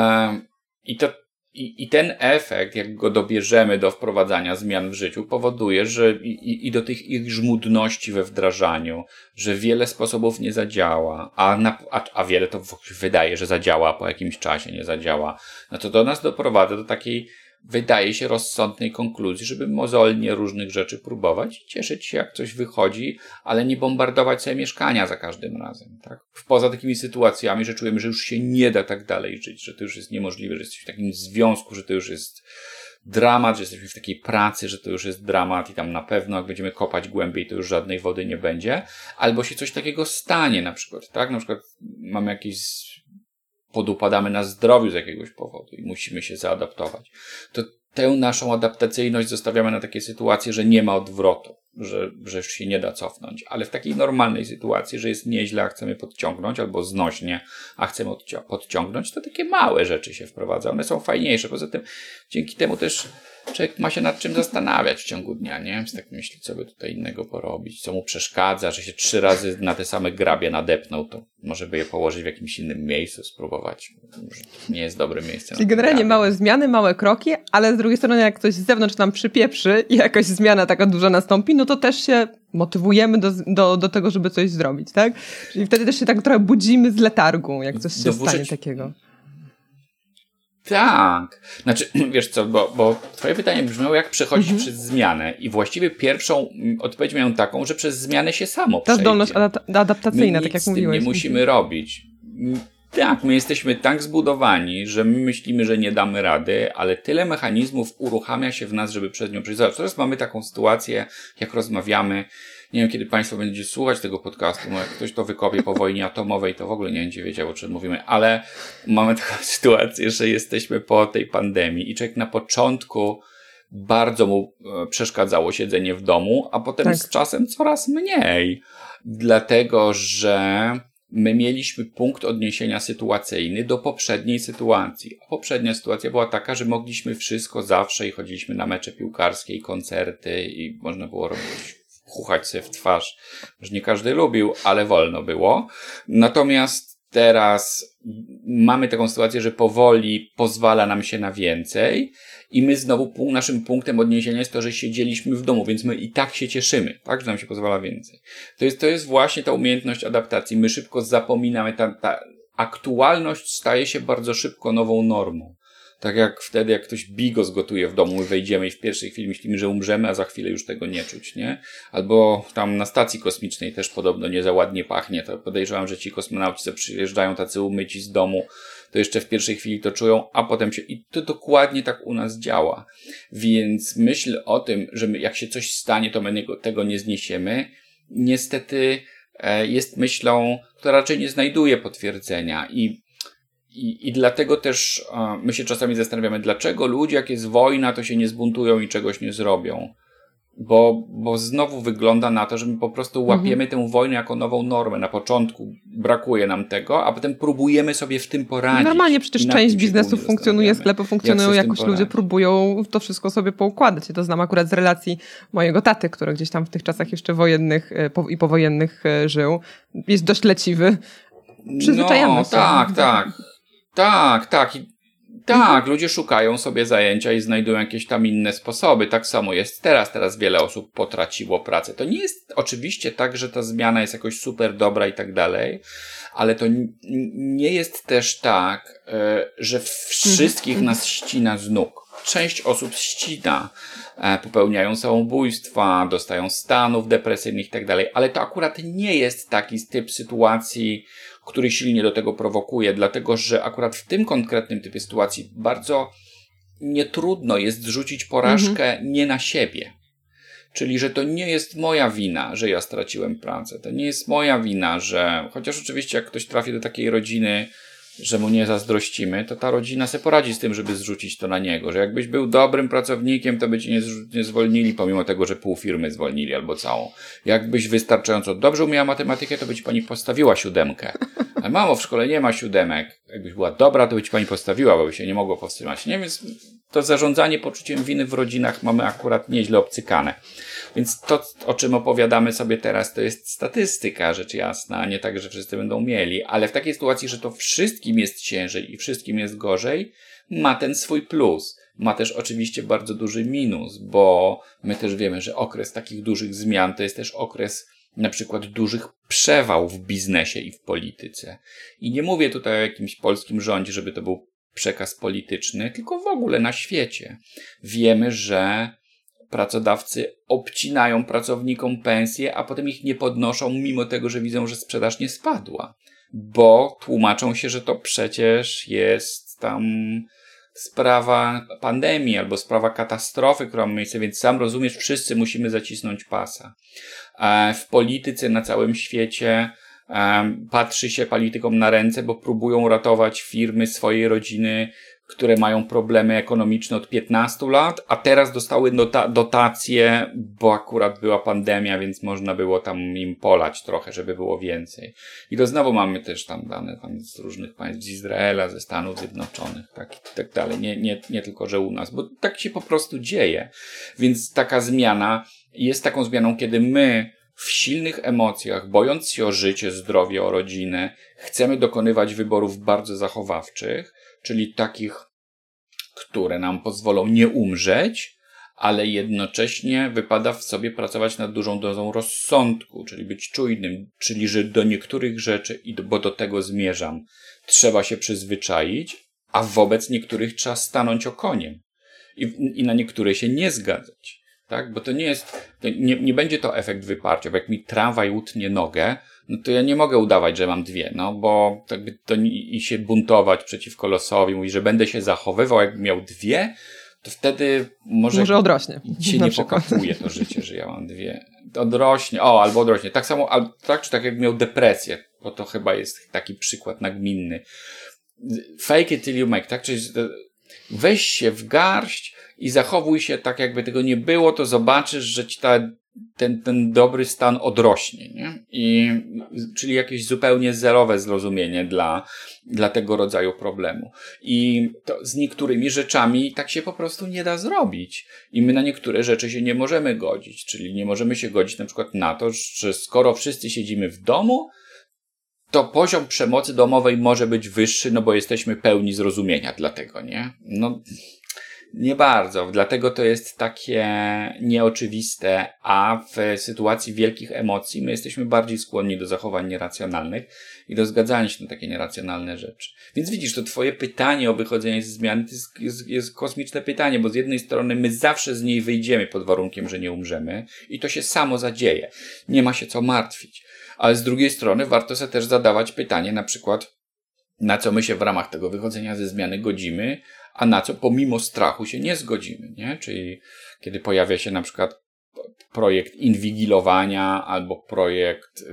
ten efekt, jak go dobierzemy do wprowadzania zmian w życiu, powoduje, że i do tych ich żmudności we wdrażaniu, że wiele sposobów nie zadziała, a wiele to wydaje, że zadziała, a po jakimś czasie nie zadziała, no to nas doprowadza do takiej, wydaje się, rozsądnej konkluzji, żeby mozolnie różnych rzeczy próbować i cieszyć się, jak coś wychodzi, ale nie bombardować sobie mieszkania za każdym razem. Tak? Poza takimi sytuacjami, że czujemy, że już się nie da tak dalej żyć, że to już jest niemożliwe, że jesteśmy w takim związku, że to już jest dramat, że jesteśmy w takiej pracy, że to już jest dramat i tam na pewno, jak będziemy kopać głębiej, to już żadnej wody nie będzie. Albo się coś takiego stanie na przykład, tak? Na przykład mamy jakieś podupadamy na zdrowiu z jakiegoś powodu i musimy się zaadaptować. To tę naszą adaptacyjność zostawiamy na takie sytuacje, że nie ma odwrotu, że już się nie da cofnąć. Ale w takiej normalnej sytuacji, że jest nieźle, a chcemy podciągnąć, albo znośnie, a chcemy podciągnąć, to takie małe rzeczy się wprowadza. One są fajniejsze. Poza tym dzięki temu też człowiek ma się nad czym zastanawiać w ciągu dnia, nie? Tak myśli, co by tutaj innego porobić, co mu przeszkadza, że się 3 razy na te same grabie nadepnął, to może by je położyć w jakimś innym miejscu, spróbować. Może to nie jest dobre miejsce. Czyli generalnie małe zmiany, małe kroki, ale z drugiej strony jak ktoś z zewnątrz nam przypieprzy i jakaś zmiana taka duża nastąpi, no to też się motywujemy do tego, żeby coś zrobić, tak? Czyli wtedy też się tak trochę budzimy z letargu, jak coś się stanie takiego. Tak. Znaczy, wiesz co, bo twoje pytanie brzmiało, jak przechodzić przez zmianę i właściwie pierwszą odpowiedź miałem taką, że przez zmianę się samo przejdzie. Ta zdolność adaptacyjna, tak jak mówiłeś. My nic nie musimy robić. Tak, my jesteśmy tak zbudowani, że my myślimy, że nie damy rady, ale tyle mechanizmów uruchamia się w nas, żeby przez nią przejść. Zobacz, teraz mamy taką sytuację, jak rozmawiamy. Nie wiem, kiedy Państwo będziecie słuchać tego podcastu, no jak ktoś to wykopie po wojnie atomowej, to w ogóle nie będzie wiedział, o czym mówimy, ale mamy taką sytuację, że jesteśmy po tej pandemii i człowiek na początku bardzo mu przeszkadzało siedzenie w domu, a potem z czasem coraz mniej, dlatego że my mieliśmy punkt odniesienia sytuacyjny do poprzedniej sytuacji. A poprzednia sytuacja była taka, że mogliśmy wszystko zawsze i chodziliśmy na mecze piłkarskie i koncerty i można było robić chuchać sobie w twarz, że nie każdy lubił, ale wolno było. Natomiast teraz mamy taką sytuację, że powoli pozwala nam się na więcej i my znowu naszym punktem odniesienia jest to, że siedzieliśmy w domu, więc my i tak się cieszymy, tak, że nam się pozwala więcej. To jest właśnie ta umiejętność adaptacji. My szybko zapominamy, ta aktualność staje się bardzo szybko nową normą. Tak jak wtedy, jak ktoś bigos gotuje w domu, my wejdziemy i w pierwszej chwili myślimy, że umrzemy, a za chwilę już tego nie czuć, nie? Albo tam na stacji kosmicznej też podobno nie za ładnie pachnie. To podejrzewam, że ci kosmonauci, co przyjeżdżają tacy umyci z domu, to jeszcze w pierwszej chwili to czują, a potem się... I to dokładnie tak u nas działa. Więc myśl o tym, że my, jak się coś stanie, to my tego nie zniesiemy, niestety jest myślą, która raczej nie znajduje potwierdzenia I dlatego też my się czasami zastanawiamy, dlaczego ludzie, jak jest wojna, to się nie zbuntują i czegoś nie zrobią. Bo znowu wygląda na to, że my po prostu łapiemy tę wojnę jako nową normę. Na początku brakuje nam tego, a potem próbujemy sobie w tym poradzić. Normalnie przecież część biznesów funkcjonuje, sklepy funkcjonują, jakoś ludzie próbują to wszystko sobie poukładać. Ja to znam akurat z relacji mojego taty, który gdzieś tam w tych czasach jeszcze wojennych i powojennych żył. Jest dość leciwy. Przyzwyczajamy się. Tak, ludzie szukają sobie zajęcia i znajdują jakieś tam inne sposoby. Tak samo jest teraz. Teraz wiele osób potraciło pracę. To nie jest oczywiście tak, że ta zmiana jest jakoś super dobra i tak dalej, ale to nie jest też tak, że wszystkich nas ścina z nóg. Część osób ścina, popełniają samobójstwa, dostają stanów depresyjnych i tak dalej, ale to akurat nie jest taki typ sytuacji, który silnie do tego prowokuje, dlatego że akurat w tym konkretnym typie sytuacji bardzo nietrudno jest zrzucić porażkę nie na siebie. Czyli, że to nie jest moja wina, że ja straciłem pracę. To nie jest moja wina, że... Chociaż oczywiście jak ktoś trafi do takiej rodziny, że mu nie zazdrościmy, to ta rodzina sobie poradzi z tym, żeby zrzucić to na niego. Że jakbyś był dobrym pracownikiem, to by cię nie zwolnili, pomimo tego, że pół firmy zwolnili albo całą. Jakbyś wystarczająco dobrze umiała matematykę, to by ci pani postawiła 7. Ale mamo, w szkole nie ma 7. Jakbyś była dobra, to by ci pani postawiła, bo by się nie mogło powstrzymać. Nie? Więc to zarządzanie poczuciem winy w rodzinach mamy akurat nieźle obcykane. Więc to, o czym opowiadamy sobie teraz, to jest statystyka, rzecz jasna, a nie tak, że wszyscy będą mieli. Ale w takiej sytuacji, że to wszystkim jest ciężej i wszystkim jest gorzej, ma ten swój plus. Ma też oczywiście bardzo duży minus, bo my też wiemy, że okres takich dużych zmian to jest też okres na przykład dużych przewał w biznesie i w polityce. I nie mówię tutaj o jakimś polskim rządzie, żeby to był przekaz polityczny, tylko w ogóle na świecie. Wiemy, że pracodawcy obcinają pracownikom pensje, a potem ich nie podnoszą, mimo tego, że widzą, że sprzedaż nie spadła. Bo tłumaczą się, że to przecież jest tam sprawa pandemii albo sprawa katastrofy, którą ma miejsce, więc sam rozumiesz, wszyscy musimy zacisnąć pasa. W polityce na całym świecie patrzy się politykom na ręce, bo próbują ratować firmy, swojej rodziny, które mają problemy ekonomiczne od 15 lat, a teraz dostały dotacje, bo akurat była pandemia, więc można było tam im polać trochę, żeby było więcej. I to znowu mamy też tam dane z różnych państw, z Izraela, ze Stanów Zjednoczonych, tak dalej. Nie tylko, że u nas, bo tak się po prostu dzieje. Więc taka zmiana jest taką zmianą, kiedy my w silnych emocjach, bojąc się o życie, zdrowie, o rodzinę, chcemy dokonywać wyborów bardzo zachowawczych, czyli takich, które nam pozwolą nie umrzeć, ale jednocześnie wypada w sobie pracować nad dużą dozą rozsądku, czyli być czujnym, czyli że do niektórych rzeczy, bo do tego zmierzam, trzeba się przyzwyczaić, a wobec niektórych trzeba stanąć okoniem i na niektóre się nie zgadzać. Tak? Bo to nie jest, nie będzie to efekt wyparcia, bo jak mi tramwaj utnie nogę, no to ja nie mogę udawać, że mam 2, no bo jakby to i się buntować przeciwko losowi, mówić, że będę się zachowywał, jakbym miał 2, to wtedy może odrośnie. Się nie pokapuje to życie, że ja mam 2. Odrośnie, albo odrośnie. Tak samo, tak czy tak jak miał depresję, bo to chyba jest taki przykład nagminny. Fake it till you make, tak? Czyli weź się w garść i zachowuj się tak, jakby tego nie było, to zobaczysz, że ci ten dobry stan odrośnie, nie? Czyli jakieś zupełnie zerowe zrozumienie dla tego rodzaju problemu. I to z niektórymi rzeczami tak się po prostu nie da zrobić. I my na niektóre rzeczy się nie możemy godzić. Czyli nie możemy się godzić na przykład na to, że skoro wszyscy siedzimy w domu, to poziom przemocy domowej może być wyższy, no bo jesteśmy pełni zrozumienia dla tego, nie? No, nie bardzo. Dlatego to jest takie nieoczywiste, a w sytuacji wielkich emocji my jesteśmy bardziej skłonni do zachowań nieracjonalnych i do zgadzania się na takie nieracjonalne rzeczy. Więc widzisz, to twoje pytanie o wychodzenie ze zmiany to jest kosmiczne pytanie, bo z jednej strony my zawsze z niej wyjdziemy pod warunkiem, że nie umrzemy i to się samo zadzieje. Nie ma się co martwić. Ale z drugiej strony warto sobie też zadawać pytanie, na przykład, na co my się w ramach tego wychodzenia ze zmiany godzimy, a na co pomimo strachu się nie zgodzimy, nie? Czyli kiedy pojawia się na przykład projekt inwigilowania albo projekt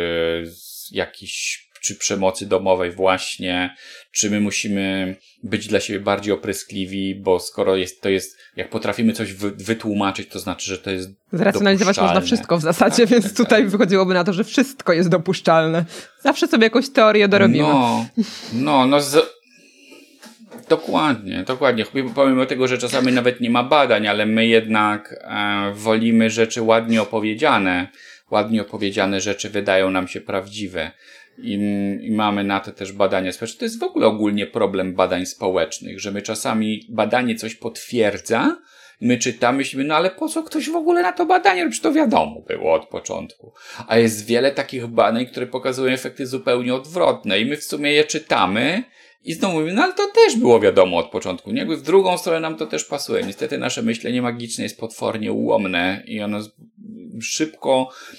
jakiś czy przemocy domowej właśnie, czy my musimy być dla siebie bardziej opryskliwi, bo skoro jak potrafimy coś wytłumaczyć, to znaczy, że to jest zracjonalizować można wszystko w zasadzie, więc tutaj wychodziłoby na to, że wszystko jest dopuszczalne. Zawsze sobie jakąś teorię dorobimy. Dokładnie. Pomimo tego, że czasami nawet nie ma badań, ale my jednak wolimy rzeczy ładnie opowiedziane. Ładnie opowiedziane rzeczy wydają nam się prawdziwe. I mamy na to też badania społeczne. To jest w ogóle ogólnie problem badań społecznych, że my czasami badanie coś potwierdza, my czytamy, myślimy, no ale po co ktoś w ogóle na to badanie robi? Przecież to wiadomo było od początku. A jest wiele takich badań, które pokazują efekty zupełnie odwrotne i my w sumie je czytamy i znowu mówimy, no ale to też było wiadomo od początku. Nie? Jakby w drugą stronę nam to też pasuje. Niestety nasze myślenie magiczne jest potwornie ułomne i ono szybko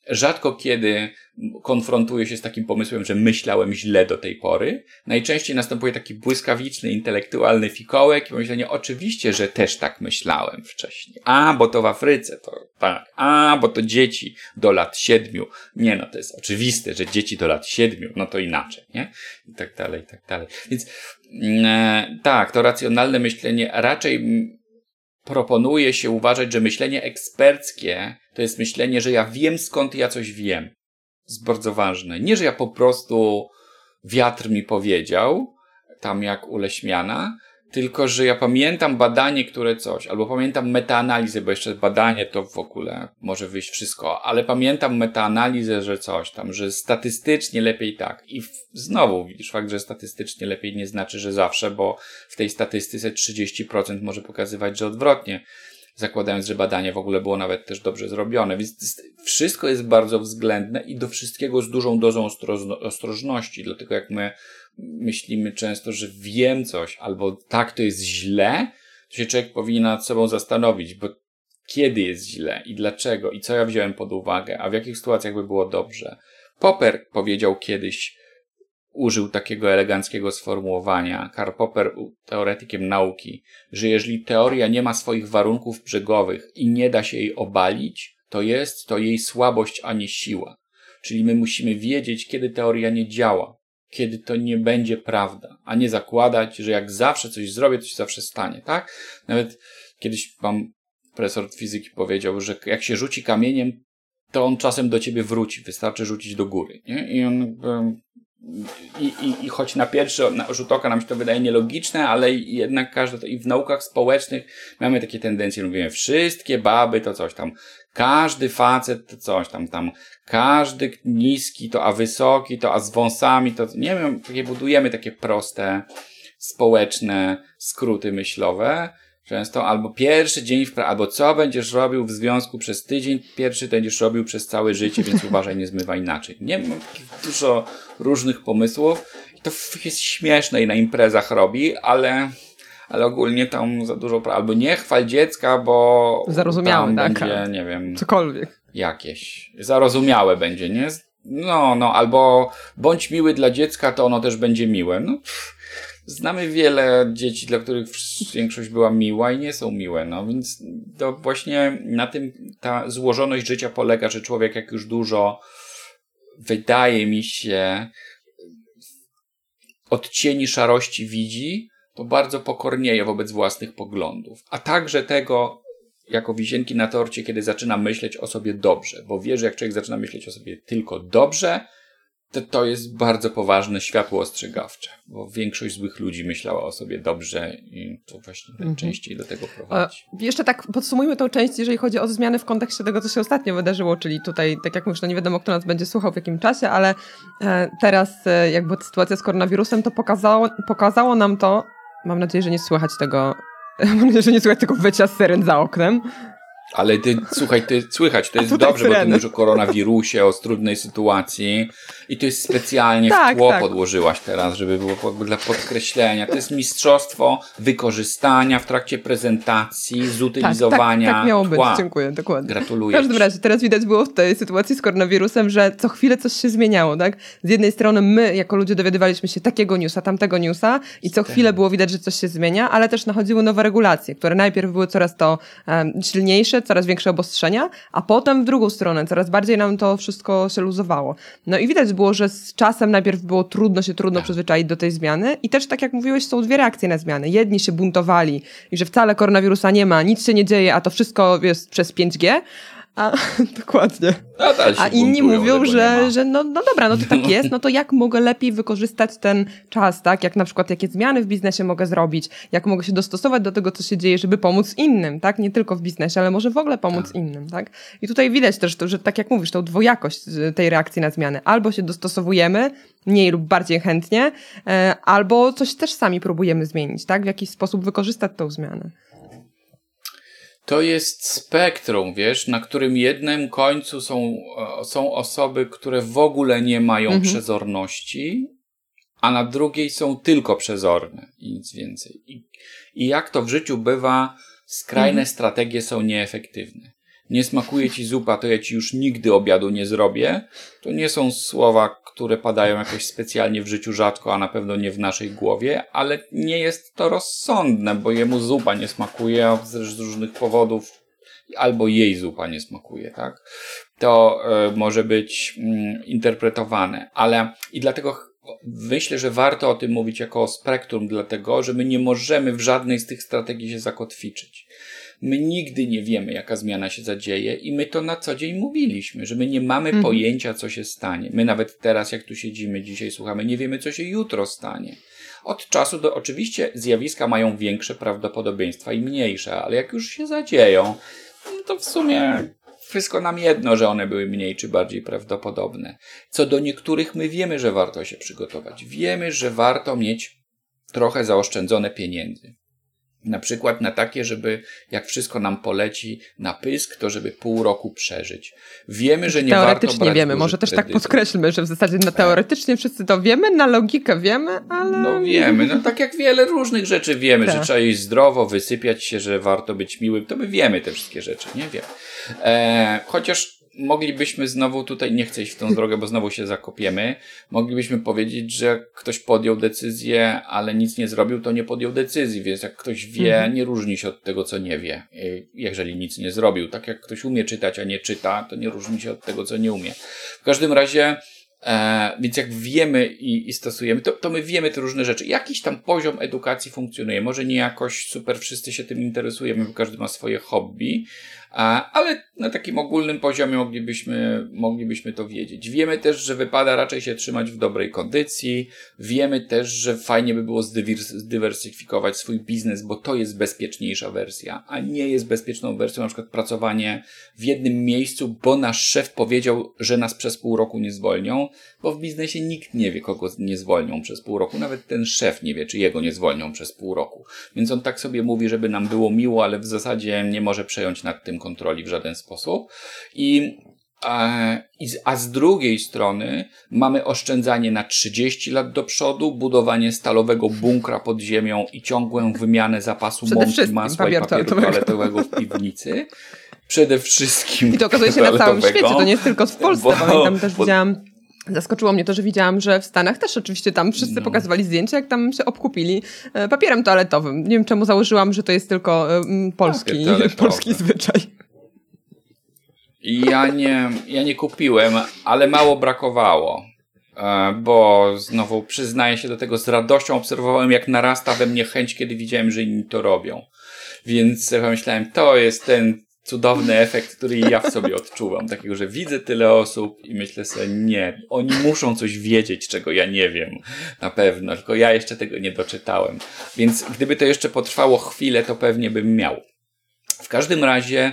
rzadko kiedy konfrontuję się z takim pomysłem, że myślałem źle do tej pory. Najczęściej następuje taki błyskawiczny, intelektualny fikołek i myślenie, oczywiście, że też tak myślałem wcześniej. Bo to w Afryce, to tak. Bo to dzieci do lat 7. Nie, no to jest oczywiste, że dzieci do lat 7, no to inaczej, nie? I tak dalej, i tak dalej. Więc tak, to racjonalne myślenie raczej proponuje się uważać, że myślenie eksperckie to jest myślenie, że ja wiem, skąd ja coś wiem. To jest bardzo ważne. Nie, że ja po prostu wiatr mi powiedział, tam jak u Leśmiana, tylko, że ja pamiętam badanie, które coś, albo pamiętam metaanalizę, bo jeszcze badanie to w ogóle może wyjść wszystko, ale pamiętam metaanalizę, że coś tam, że statystycznie lepiej tak. I znowu widzisz, fakt, że statystycznie lepiej nie znaczy, że zawsze, bo w tej statystyce 30% może pokazywać, że odwrotnie, zakładając, że badanie w ogóle było nawet też dobrze zrobione. Więc wszystko jest bardzo względne i do wszystkiego z dużą dozą ostrożności, dlatego jak my myślimy często, że wiem coś, albo tak, to jest źle, to się człowiek powinien nad sobą zastanowić, bo kiedy jest źle i dlaczego i co ja wziąłem pod uwagę, a w jakich sytuacjach by było dobrze. Popper powiedział kiedyś, użył takiego eleganckiego sformułowania, Karl Popper, teoretykiem nauki, że jeżeli teoria nie ma swoich warunków brzegowych i nie da się jej obalić, to jest to jej słabość, a nie siła. Czyli my musimy wiedzieć, kiedy teoria nie działa, kiedy to nie będzie prawda, a nie zakładać, że jak zawsze coś zrobię, to się zawsze stanie, tak? Nawet kiedyś profesor fizyki powiedział, że jak się rzuci kamieniem, to on czasem do ciebie wróci, wystarczy rzucić do góry, nie? I choć na pierwszy rzut oka nam się to wydaje nielogiczne, ale jednak każde to i w naukach społecznych mamy takie tendencje, mówimy, wszystkie baby to coś tam, każdy facet to coś tam, każdy niski to, a wysoki to, a z wąsami to, nie wiem, budujemy takie proste, społeczne skróty myślowe, często albo pierwszy dzień albo co będziesz robił w związku przez tydzień, pierwszy będziesz robił przez całe życie, więc uważaj, nie zmywaj inaczej. Nie mam dużo różnych pomysłów i to jest śmieszne i na imprezach robi, ale ogólnie tam za dużo, albo nie chwal dziecka, bo zarozumiałe, tam tak, będzie, nie wiem, cokolwiek. Jakieś. Zarozumiałe będzie, nie? No, albo bądź miły dla dziecka, to ono też będzie miłe. No, znamy wiele dzieci, dla których większość była miła i nie są miłe, no więc to właśnie na tym ta złożoność życia polega, że człowiek jak już dużo, wydaje mi się, odcieni szarości widzi, to bardzo pokornieje wobec własnych poglądów. A także tego jako wisienki na torcie, kiedy zaczyna myśleć o sobie dobrze, bo wie, że jak człowiek zaczyna myśleć o sobie tylko dobrze, to jest bardzo poważne światło ostrzegawcze, bo większość złych ludzi myślała o sobie dobrze i to właśnie najczęściej do tego prowadzi. Jeszcze tak podsumujmy tą część, jeżeli chodzi o zmiany w kontekście tego, co się ostatnio wydarzyło, czyli tutaj, tak jak mówisz, no nie wiadomo, kto nas będzie słuchał w jakim czasie, ale teraz jakby sytuacja z koronawirusem to pokazało nam to, mam nadzieję, że nie słychać tego, wycia z syren za oknem. Ale słuchaj, słychać, to jest dobrze, bo ty mówisz o koronawirusie, o trudnej sytuacji i to jest specjalnie w tło podłożyłaś teraz, żeby było dla podkreślenia. To jest mistrzostwo wykorzystania w trakcie prezentacji, zutylizowania tak miało tła. być, dziękuję, dokładnie. Gratuluję. W każdym razie, teraz widać było w tej sytuacji z koronawirusem, że co chwilę coś się zmieniało, tak? Z jednej strony my, jako ludzie, dowiadywaliśmy się takiego newsa, tamtego newsa i co chwilę było widać, że coś się zmienia, ale też nachodziły nowe regulacje, które najpierw były coraz to silniejsze, coraz większe obostrzenia, a potem w drugą stronę, coraz bardziej nam to wszystko się luzowało. No i widać było, że z czasem najpierw było trudno przyzwyczaić do tej zmiany i też, tak jak mówiłeś, są dwie reakcje na zmiany. Jedni się buntowali i że wcale koronawirusa nie ma, nic się nie dzieje, a to wszystko jest przez 5G, dokładnie. A inni mówią, że no dobra, no to tak jest, no to jak mogę lepiej wykorzystać ten czas, tak? Jak na przykład jakie zmiany w biznesie mogę zrobić, jak mogę się dostosować do tego, co się dzieje, żeby pomóc innym, tak? Nie tylko w biznesie, ale może w ogóle pomóc innym, tak? I tutaj widać też to, że tak jak mówisz, tą dwojakość tej reakcji na zmiany. Albo się dostosowujemy mniej lub bardziej chętnie, albo coś też sami próbujemy zmienić, tak? W jakiś sposób wykorzystać tą zmianę. To jest spektrum, wiesz, na którym jednym końcu są osoby, które w ogóle nie mają przezorności, a na drugiej są tylko przezorne i nic więcej. I jak to w życiu bywa, skrajne strategie są nieefektywne. nie smakuje ci zupa, to ja ci już nigdy obiadu nie zrobię, to nie są słowa, które padają jakoś specjalnie w życiu rzadko, a na pewno nie w naszej głowie, ale nie jest to rozsądne, bo jemu zupa nie smakuje, a z różnych powodów albo jej zupa nie smakuje, tak? To może być interpretowane, ale i dlatego myślę, że warto o tym mówić jako o spektrum, dlatego, że my nie możemy w żadnej z tych strategii się zakotwiczyć. My nigdy nie wiemy, jaka zmiana się zadzieje i my to na co dzień mówiliśmy, że my nie mamy pojęcia, co się stanie. My nawet teraz, jak tu siedzimy, dzisiaj słuchamy, nie wiemy, co się jutro stanie. Od czasu do, oczywiście zjawiska mają większe prawdopodobieństwa i mniejsze, ale jak już się zadzieją, to w sumie wszystko nam jedno, że one były mniej czy bardziej prawdopodobne. Co do niektórych my wiemy, że warto się przygotować. Wiemy, że warto mieć trochę zaoszczędzone pieniędzy. Na przykład na takie, żeby jak wszystko nam poleci na pysk, to żeby pół roku przeżyć. Wiemy, że nie warto brać teoretycznie wiemy, może też tak podkreślmy, że w zasadzie teoretycznie wszyscy to wiemy, na logikę wiemy, ale... No wiemy, no tak jak wiele różnych rzeczy wiemy, że trzeba jeść zdrowo, wysypiać się, że warto być miłym, to my wiemy te wszystkie rzeczy, nie wiem. Chociaż moglibyśmy znowu tutaj, nie chcę iść w tą drogę, bo znowu się zakopiemy, moglibyśmy powiedzieć, że ktoś podjął decyzję, ale nic nie zrobił, to nie podjął decyzji, więc jak ktoś wie, nie różni się od tego, co nie wie, jeżeli nic nie zrobił. Tak jak ktoś umie czytać, a nie czyta, to nie różni się od tego, co nie umie. W każdym razie, więc jak wiemy i stosujemy, to my wiemy te różne rzeczy. Jakiś tam poziom edukacji funkcjonuje. Może nie jakoś super wszyscy się tym interesujemy, bo każdy ma swoje hobby, ale na takim ogólnym poziomie moglibyśmy to wiedzieć. Wiemy też, że wypada raczej się trzymać w dobrej kondycji. Wiemy też, że fajnie by było zdywersyfikować swój biznes, bo to jest bezpieczniejsza wersja, a nie jest bezpieczną wersją na przykład pracowanie w jednym miejscu, bo nasz szef powiedział, że nas przez pół roku nie zwolnią, bo w biznesie nikt nie wie, kogo nie zwolnią przez pół roku. Nawet ten szef nie wie, czy jego nie zwolnią przez pół roku. Więc on tak sobie mówi, żeby nam było miło, ale w zasadzie nie może przejąć nad tym kontroli w żaden sposób. A z drugiej strony mamy oszczędzanie na 30 lat do przodu, budowanie stalowego bunkra pod ziemią i ciągłą wymianę zapasu mąki, masła i papieru toaletowego w piwnicy. Przede wszystkim i to okazuje się na całym świecie, to nie jest tylko w Polsce. Pamiętam też widziałam, zaskoczyło mnie to, że widziałam, że w Stanach też oczywiście tam wszyscy pokazywali zdjęcia, jak tam się obkupili papierem toaletowym. Nie wiem, czemu założyłam, że to jest tylko polski zwyczaj. I ja nie kupiłem, ale mało brakowało, bo znowu przyznaję się do tego, z radością obserwowałem, jak narasta we mnie chęć, kiedy widziałem, że inni to robią. Więc myślałem, to jest ten cudowny efekt, który ja w sobie odczuwam. Takiego, że widzę tyle osób i myślę sobie, nie, oni muszą coś wiedzieć, czego ja nie wiem. Na pewno, tylko ja jeszcze tego nie doczytałem. Więc gdyby to jeszcze potrwało chwilę, to pewnie bym miał. W każdym razie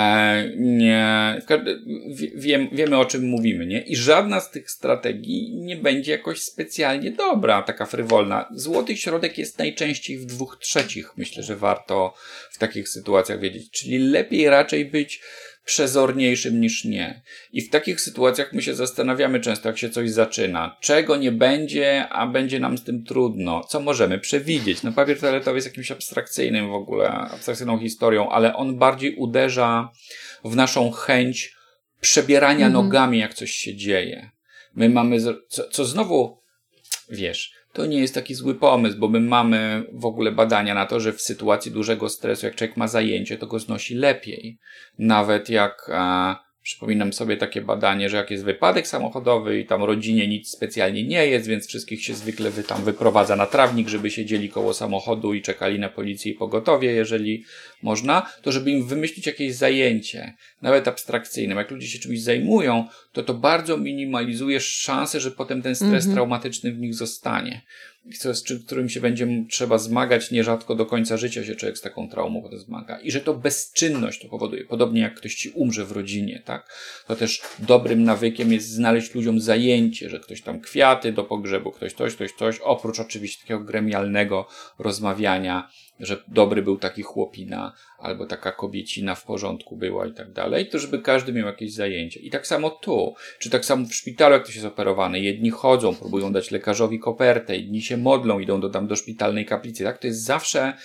wiemy, o czym mówimy, nie? I żadna z tych strategii nie będzie jakoś specjalnie dobra, taka frywolna. Złoty środek jest najczęściej w 2/3. Myślę, że warto w takich sytuacjach wiedzieć. Czyli lepiej raczej być przezorniejszym niż nie. I w takich sytuacjach my się zastanawiamy często, jak się coś zaczyna. Czego nie będzie, a będzie nam z tym trudno. Co możemy przewidzieć? No papier toaletowy jest jakimś abstrakcyjnym w ogóle, abstrakcyjną historią, ale on bardziej uderza w naszą chęć przebierania nogami, jak coś się dzieje. My mamy, co znowu, wiesz, to nie jest taki zły pomysł, bo my mamy w ogóle badania na to, że w sytuacji dużego stresu, jak człowiek ma zajęcie, to go znosi lepiej. Nawet jak, przypominam sobie takie badanie, że jak jest wypadek samochodowy i tam rodzinie nic specjalnie nie jest, więc wszystkich się zwykle tam wyprowadza na trawnik, żeby siedzieli koło samochodu i czekali na policję i pogotowie, jeżeli można, to żeby im wymyślić jakieś zajęcie, nawet abstrakcyjne. Jak ludzie się czymś zajmują, to bardzo minimalizuje szansę, że potem ten stres traumatyczny w nich zostanie. Z którym się będzie trzeba zmagać, nierzadko do końca życia się człowiek z taką traumą potem zmaga. I że to bezczynność to powoduje. Podobnie jak ktoś ci umrze w rodzinie, tak? To też dobrym nawykiem jest znaleźć ludziom zajęcie, że ktoś tam kwiaty do pogrzebu, ktoś coś, oprócz oczywiście takiego gremialnego rozmawiania, że dobry był taki chłopina, albo taka kobiecina w porządku była i tak dalej, to żeby każdy miał jakieś zajęcie. I tak samo tu, czy tak samo w szpitalu, jak ktoś jest operowany, jedni chodzą, próbują dać lekarzowi kopertę, inni się modlą, idą tam do szpitalnej kaplicy, tak? To jest zawsze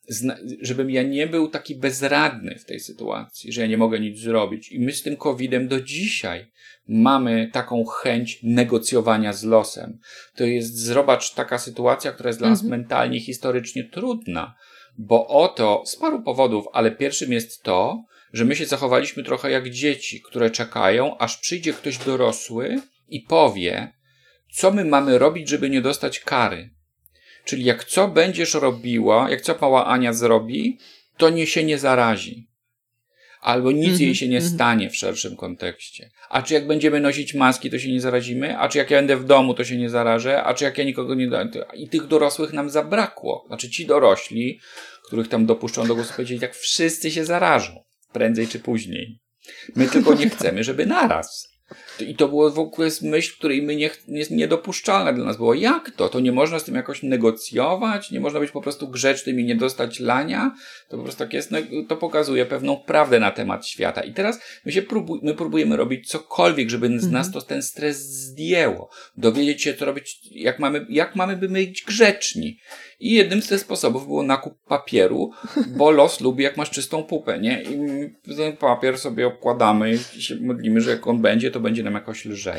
żebym ja nie był taki bezradny w tej sytuacji, że ja nie mogę nic zrobić. I my z tym COVID-em do dzisiaj mamy taką chęć negocjowania z losem. To jest, zobacz, taka sytuacja, która jest dla nas mentalnie, historycznie trudna, bo oto z paru powodów, ale pierwszym jest to, że my się zachowaliśmy trochę jak dzieci, które czekają, aż przyjdzie ktoś dorosły i powie, co my mamy robić, żeby nie dostać kary. Czyli jak co będziesz robiła, jak co mała Ania zrobi, to się nie zarazi. Albo nic jej się nie stanie w szerszym kontekście. A czy jak będziemy nosić maski, to się nie zarazimy? A czy jak ja będę w domu, to się nie zarażę? A czy jak ja nikogo nie dam? I tych dorosłych nam zabrakło. Znaczy ci dorośli, których tam dopuszczą do głosu, powiedzieli, tak wszyscy się zarażą. Prędzej czy później. My tylko nie chcemy, żeby naraz. I to było w ogóle myśl, której my niedopuszczalna dla nas było. Jak to? To nie można z tym jakoś negocjować? Nie można być po prostu grzecznym i nie dostać lania? To po prostu tak jest, to pokazuje pewną prawdę na temat świata. I teraz my próbujemy robić cokolwiek, żeby z nas to ten stres zdjęło. Dowiedzieć się, co robić, jak mamy być grzeczni. I jednym z tych sposobów było nakup papieru, bo los lubi, jak masz czystą pupę, nie? I ten papier sobie obkładamy i się modlimy, że jak on będzie, to będzie nam jakoś lżej.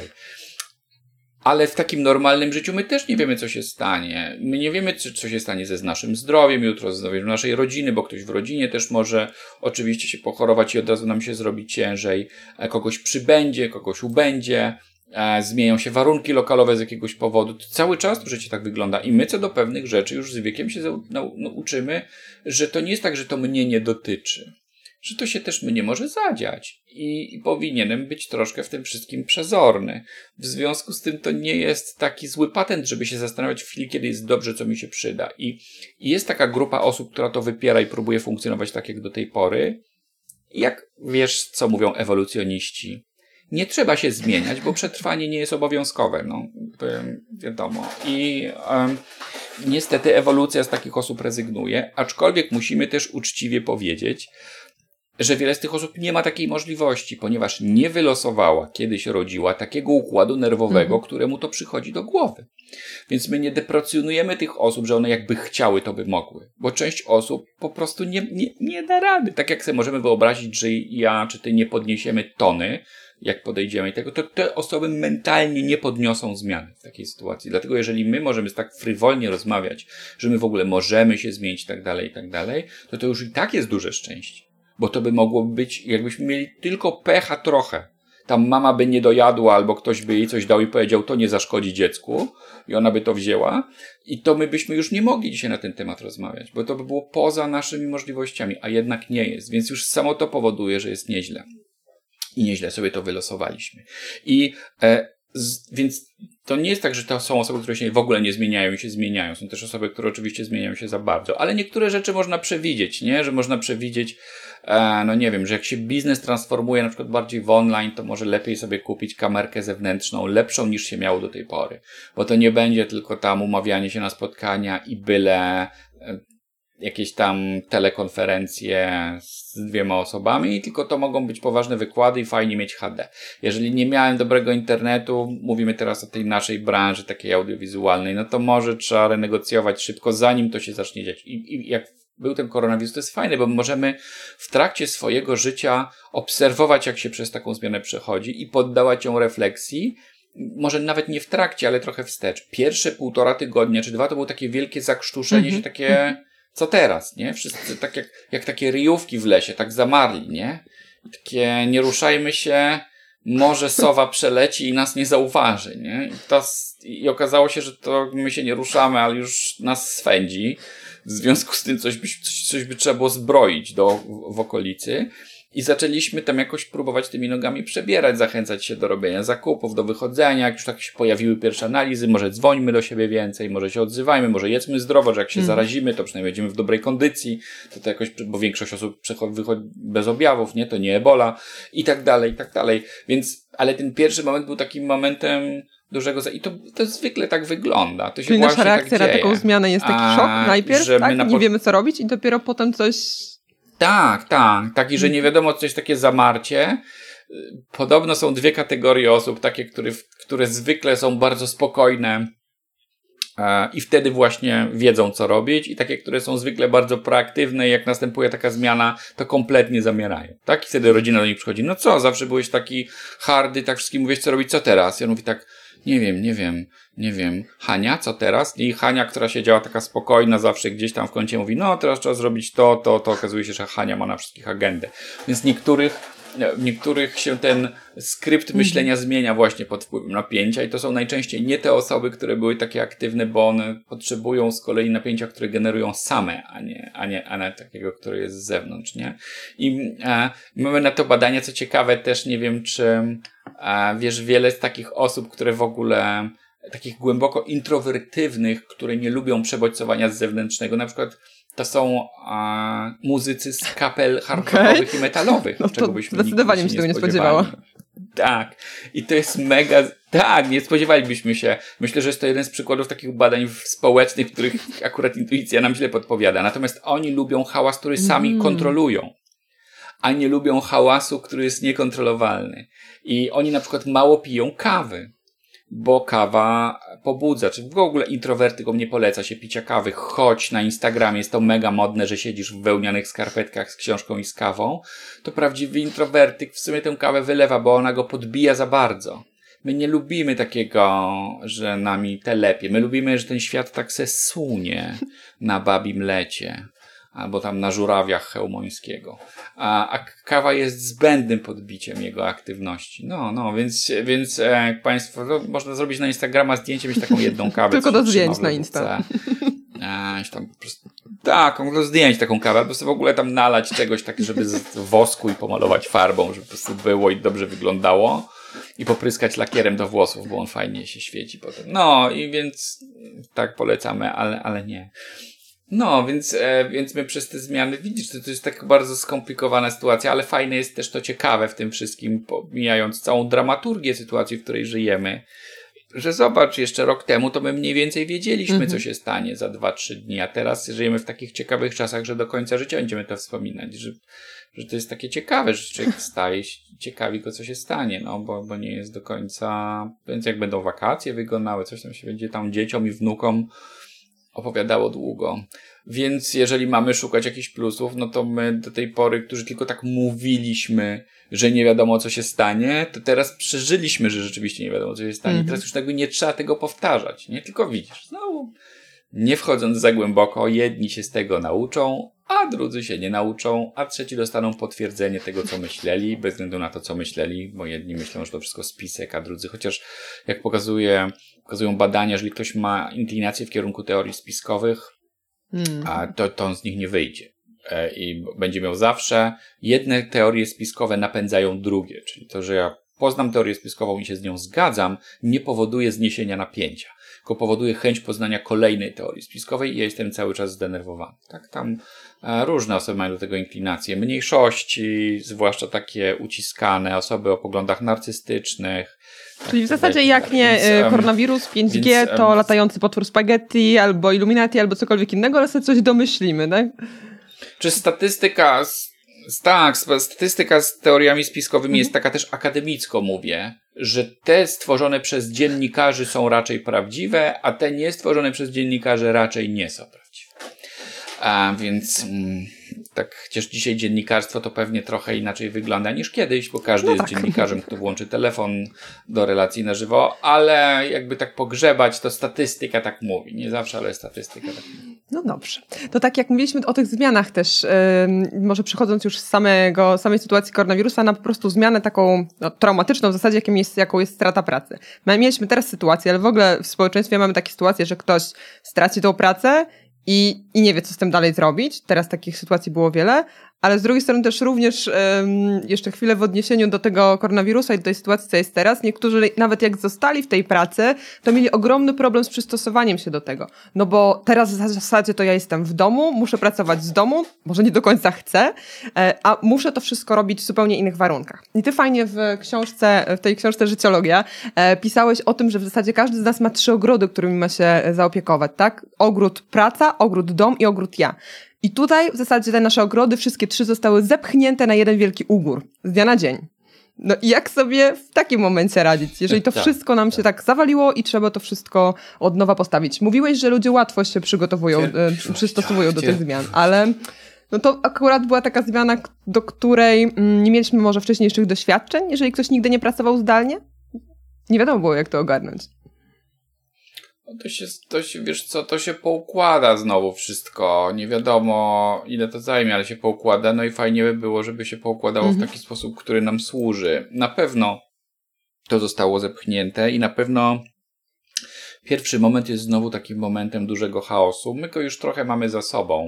Ale w takim normalnym życiu my też nie wiemy, co się stanie. My nie wiemy, co się stanie ze naszym zdrowiem jutro, ze zdrowiem naszej rodziny, bo ktoś w rodzinie też może oczywiście się pochorować i od razu nam się zrobi ciężej. Kogoś przybędzie, kogoś ubędzie. Zmienią się warunki lokalowe z jakiegoś powodu. To cały czas to życie tak wygląda. I my co do pewnych rzeczy już z wiekiem się uczymy, że to nie jest tak, że to mnie nie dotyczy. Że to się też mnie może zadziać. I powinienem być troszkę w tym wszystkim przezorny. W związku z tym to nie jest taki zły patent, żeby się zastanawiać w chwili, kiedy jest dobrze, co mi się przyda. I jest taka grupa osób, która to wypiera i próbuje funkcjonować tak jak do tej pory. I jak wiesz, co mówią ewolucjoniści? Nie trzeba się zmieniać, bo przetrwanie nie jest obowiązkowe, to wiadomo. I niestety ewolucja z takich osób rezygnuje, aczkolwiek musimy też uczciwie powiedzieć, że wiele z tych osób nie ma takiej możliwości, ponieważ nie wylosowała, kiedy się rodziła, takiego układu nerwowego, któremu to przychodzi do głowy. Więc my nie deprecjonujemy tych osób, że one jakby chciały, to by mogły. Bo część osób po prostu nie da rady. Tak jak sobie możemy wyobrazić, że ja czy ty nie podniesiemy tony, jak podejdziemy tego, to te osoby mentalnie nie podniosą zmiany w takiej sytuacji. Dlatego jeżeli my możemy tak frywolnie rozmawiać, że my w ogóle możemy się zmienić i tak dalej, to już i tak jest duże szczęście. Bo to by mogło być, jakbyśmy mieli tylko pecha trochę. Tam mama by nie dojadła, albo ktoś by jej coś dał i powiedział, to nie zaszkodzi dziecku, i ona by to wzięła, i to my byśmy już nie mogli dzisiaj na ten temat rozmawiać, bo to by było poza naszymi możliwościami, a jednak nie jest. Więc już samo to powoduje, że jest nieźle. I nieźle sobie to wylosowaliśmy. Więc to nie jest tak, że to są osoby, które się w ogóle nie zmieniają i się zmieniają. Są też osoby, które oczywiście zmieniają się za bardzo. Ale niektóre rzeczy można przewidzieć, nie? Że można przewidzieć, nie wiem, że jak się biznes transformuje na przykład bardziej w online, to może lepiej sobie kupić kamerkę zewnętrzną, lepszą niż się miało do tej pory. Bo to nie będzie tylko tam umawianie się na spotkania i byle jakieś tam telekonferencje z 2 osobami, tylko to mogą być poważne wykłady i fajnie mieć HD. Jeżeli nie miałem dobrego internetu, mówimy teraz o tej naszej branży takiej audiowizualnej, no to może trzeba renegocjować szybko, zanim to się zacznie dziać. I jak był ten koronawirus, to jest fajne, bo możemy w trakcie swojego życia obserwować, jak się przez taką zmianę przechodzi i poddawać ją refleksji. Może nawet nie w trakcie, ale trochę wstecz. Pierwsze 1,5 tygodnia czy 2 to było takie wielkie zakrztuszenie się, takie co teraz, nie? Wszyscy tak jak takie ryjówki w lesie, tak zamarli, nie? Takie nie ruszajmy się, może sowa przeleci i nas nie zauważy, nie? I okazało się, że to my się nie ruszamy, ale już nas swędzi. W związku z tym coś by trzeba było zbroić w okolicy. I zaczęliśmy tam jakoś próbować tymi nogami przebierać, zachęcać się do robienia zakupów, do wychodzenia. Jak już tak się pojawiły pierwsze analizy, może dzwońmy do siebie więcej, może się odzywajmy, może jedzmy zdrowo, że jak się zarazimy, to przynajmniej będziemy w dobrej kondycji. To jakoś, bo większość osób wychodzi bez objawów, nie? To nie ebola i tak dalej, i tak dalej. Więc, ale ten pierwszy moment był takim momentem dużego i to zwykle tak wygląda. To się Czyli właśnie nasza reakcja tak na taką zmianę jest taki szok najpierw, tak? Nie wiemy co robić i dopiero potem coś... Tak. I że nie wiadomo, co jest takie zamarcie. Podobno są 2 kategorie osób, takie, które zwykle są bardzo spokojne I wtedy właśnie wiedzą, co robić i takie, które są zwykle bardzo proaktywne, jak następuje taka zmiana, to kompletnie zamierają, tak? I wtedy rodzina do nich przychodzi, no co, zawsze byłeś taki hardy, tak wszystkim mówisz, co robić, co teraz? Ja mówię tak, nie wiem, Hania, co teraz? I Hania, która siedziała taka spokojna, zawsze gdzieś tam w kącie mówi, no teraz trzeba zrobić to, okazuje się, że Hania ma na wszystkich agendę. Więc niektórych się ten skrypt myślenia zmienia właśnie pod wpływem napięcia i to są najczęściej nie te osoby, które były takie aktywne, bo one potrzebują z kolei napięcia, które generują same, a nie takiego, który jest z zewnątrz, nie? I mamy na to badania, co ciekawe też, nie wiem czy wiesz, wiele z takich osób, które w ogóle takich głęboko introwertywnych, które nie lubią przebodźcowania z zewnętrznego, na przykład to są muzycy z kapel hardrockowych i metalowych. No to zdecydowanie bym się tego nie spodziewała. Tak. I to jest mega... Tak, nie spodziewalibyśmy się. Myślę, że jest to jeden z przykładów takich badań społecznych, w których akurat intuicja nam źle podpowiada. Natomiast oni lubią hałas, który sami kontrolują, a nie lubią hałasu, który jest niekontrolowalny. I oni na przykład mało piją kawy, bo kawa pobudza, czy w ogóle introwertykom nie poleca się picia kawy, choć na Instagramie jest to mega modne, że siedzisz w wełnianych skarpetkach z książką i z kawą, to prawdziwy introwertyk w sumie tę kawę wylewa, bo ona go podbija za bardzo. My nie lubimy takiego, że nami telepie. My lubimy, że ten świat tak se sunie na babim lecie. Albo tam na żurawiach Chełmońskiego. A kawa jest zbędnym podbiciem jego aktywności. Więc jak Państwo, to można zrobić na Instagrama zdjęcie, mieć taką jedną kawę. Tylko do zdjęć na Insta. Tam po prostu, tak, do zdjęć taką kawę, albo sobie w ogóle tam nalać czegoś tak, żeby z wosku i pomalować farbą, żeby po prostu było i dobrze wyglądało. I popryskać lakierem do włosów, bo on fajnie się świeci potem. No i więc tak polecamy, ale nie. No, więc my przez te zmiany, widzisz, to jest tak bardzo skomplikowana sytuacja, ale fajne jest też to ciekawe w tym wszystkim, pomijając całą dramaturgię sytuacji, w której żyjemy, że zobacz, jeszcze rok temu to my mniej więcej wiedzieliśmy, co się stanie za 2-3 dni, a teraz żyjemy w takich ciekawych czasach, że do końca życia będziemy to wspominać, że to jest takie ciekawe, że człowiek staje się ciekawi go, co się stanie, no, bo nie jest do końca, więc jak będą wakacje wyglądały, coś tam się będzie tam dzieciom i wnukom opowiadało długo. Więc jeżeli mamy szukać jakichś plusów, no to my do tej pory, którzy tylko tak mówiliśmy, że nie wiadomo, co się stanie, to teraz przeżyliśmy, że rzeczywiście nie wiadomo, co się stanie. Teraz już jakby nie trzeba tego powtarzać, nie? Tylko widzisz, znowu nie wchodząc za głęboko, jedni się z tego nauczą, a drudzy się nie nauczą, a trzeci dostaną potwierdzenie tego, co myśleli, bez względu na to, co myśleli, bo jedni myślą, że to wszystko spisek, a drudzy, chociaż jak pokazują badania, jeżeli ktoś ma inklinację w kierunku teorii spiskowych, to on z nich nie wyjdzie. I będzie miał zawsze, jedne teorie spiskowe napędzają drugie, czyli to, że ja poznam teorię spiskową i się z nią zgadzam, nie powoduje zniesienia napięcia, tylko powoduje chęć poznania kolejnej teorii spiskowej i ja jestem cały czas zdenerwowany. Tak, tam różne osoby mają do tego inklinacje. Mniejszości, zwłaszcza takie uciskane, osoby o poglądach narcystycznych. Czyli w zasadzie jak nie koronawirus, 5G, to latający potwór spaghetti, albo Illuminati, albo cokolwiek innego, ale sobie coś domyślimy, tak? Czy statystyka z teoriami spiskowymi jest taka też akademicko, mówię, że te stworzone przez dziennikarzy są raczej prawdziwe, a te nie stworzone przez dziennikarzy raczej nie są prawdziwe. Więc tak, chociaż dzisiaj dziennikarstwo to pewnie trochę inaczej wygląda niż kiedyś, bo każdy jest dziennikarzem, kto włączy telefon do relacji na żywo, ale jakby tak pogrzebać, to statystyka tak mówi. Nie zawsze, ale statystyka tak mówi. No dobrze. To tak jak mówiliśmy o tych zmianach też, może przechodząc już z samej sytuacji koronawirusa na po prostu zmianę taką traumatyczną w zasadzie, jaką jest strata pracy. My mieliśmy teraz sytuację, ale w ogóle w społeczeństwie mamy takie sytuacje, że ktoś straci tą pracę i nie wie, co z tym dalej zrobić. Teraz takich sytuacji było wiele, ale z drugiej strony też również jeszcze chwilę w odniesieniu do tego koronawirusa i do tej sytuacji, co jest teraz, niektórzy nawet jak zostali w tej pracy, to mieli ogromny problem z przystosowaniem się do tego. No bo teraz w zasadzie to ja jestem w domu, muszę pracować z domu, może nie do końca chcę, a muszę to wszystko robić w zupełnie innych warunkach. I ty fajnie w tej książce Życiologia pisałeś o tym, że w zasadzie każdy z nas ma 3 ogrody, którymi ma się zaopiekować, tak? Ogród praca, ogród dom i ogród ja. I tutaj w zasadzie te nasze ogrody, wszystkie 3 zostały zepchnięte na jeden wielki ugór z dnia na dzień. No i jak sobie w takim momencie radzić, jeżeli to wszystko nam się tak zawaliło i trzeba to wszystko od nowa postawić? Mówiłeś, że ludzie łatwo się przygotowują, przystosowują do tych zmian, ale no to akurat była taka zmiana, do której nie mieliśmy może wcześniejszych doświadczeń, jeżeli ktoś nigdy nie pracował zdalnie? Nie wiadomo było, jak to ogarnąć. No wiesz co, to się poukłada znowu wszystko. Nie wiadomo, ile to zajmie, ale się poukłada. No i fajnie by było, żeby się poukładało w taki sposób, który nam służy. Na pewno to zostało zepchnięte i na pewno pierwszy moment jest znowu takim momentem dużego chaosu. My go już trochę mamy za sobą,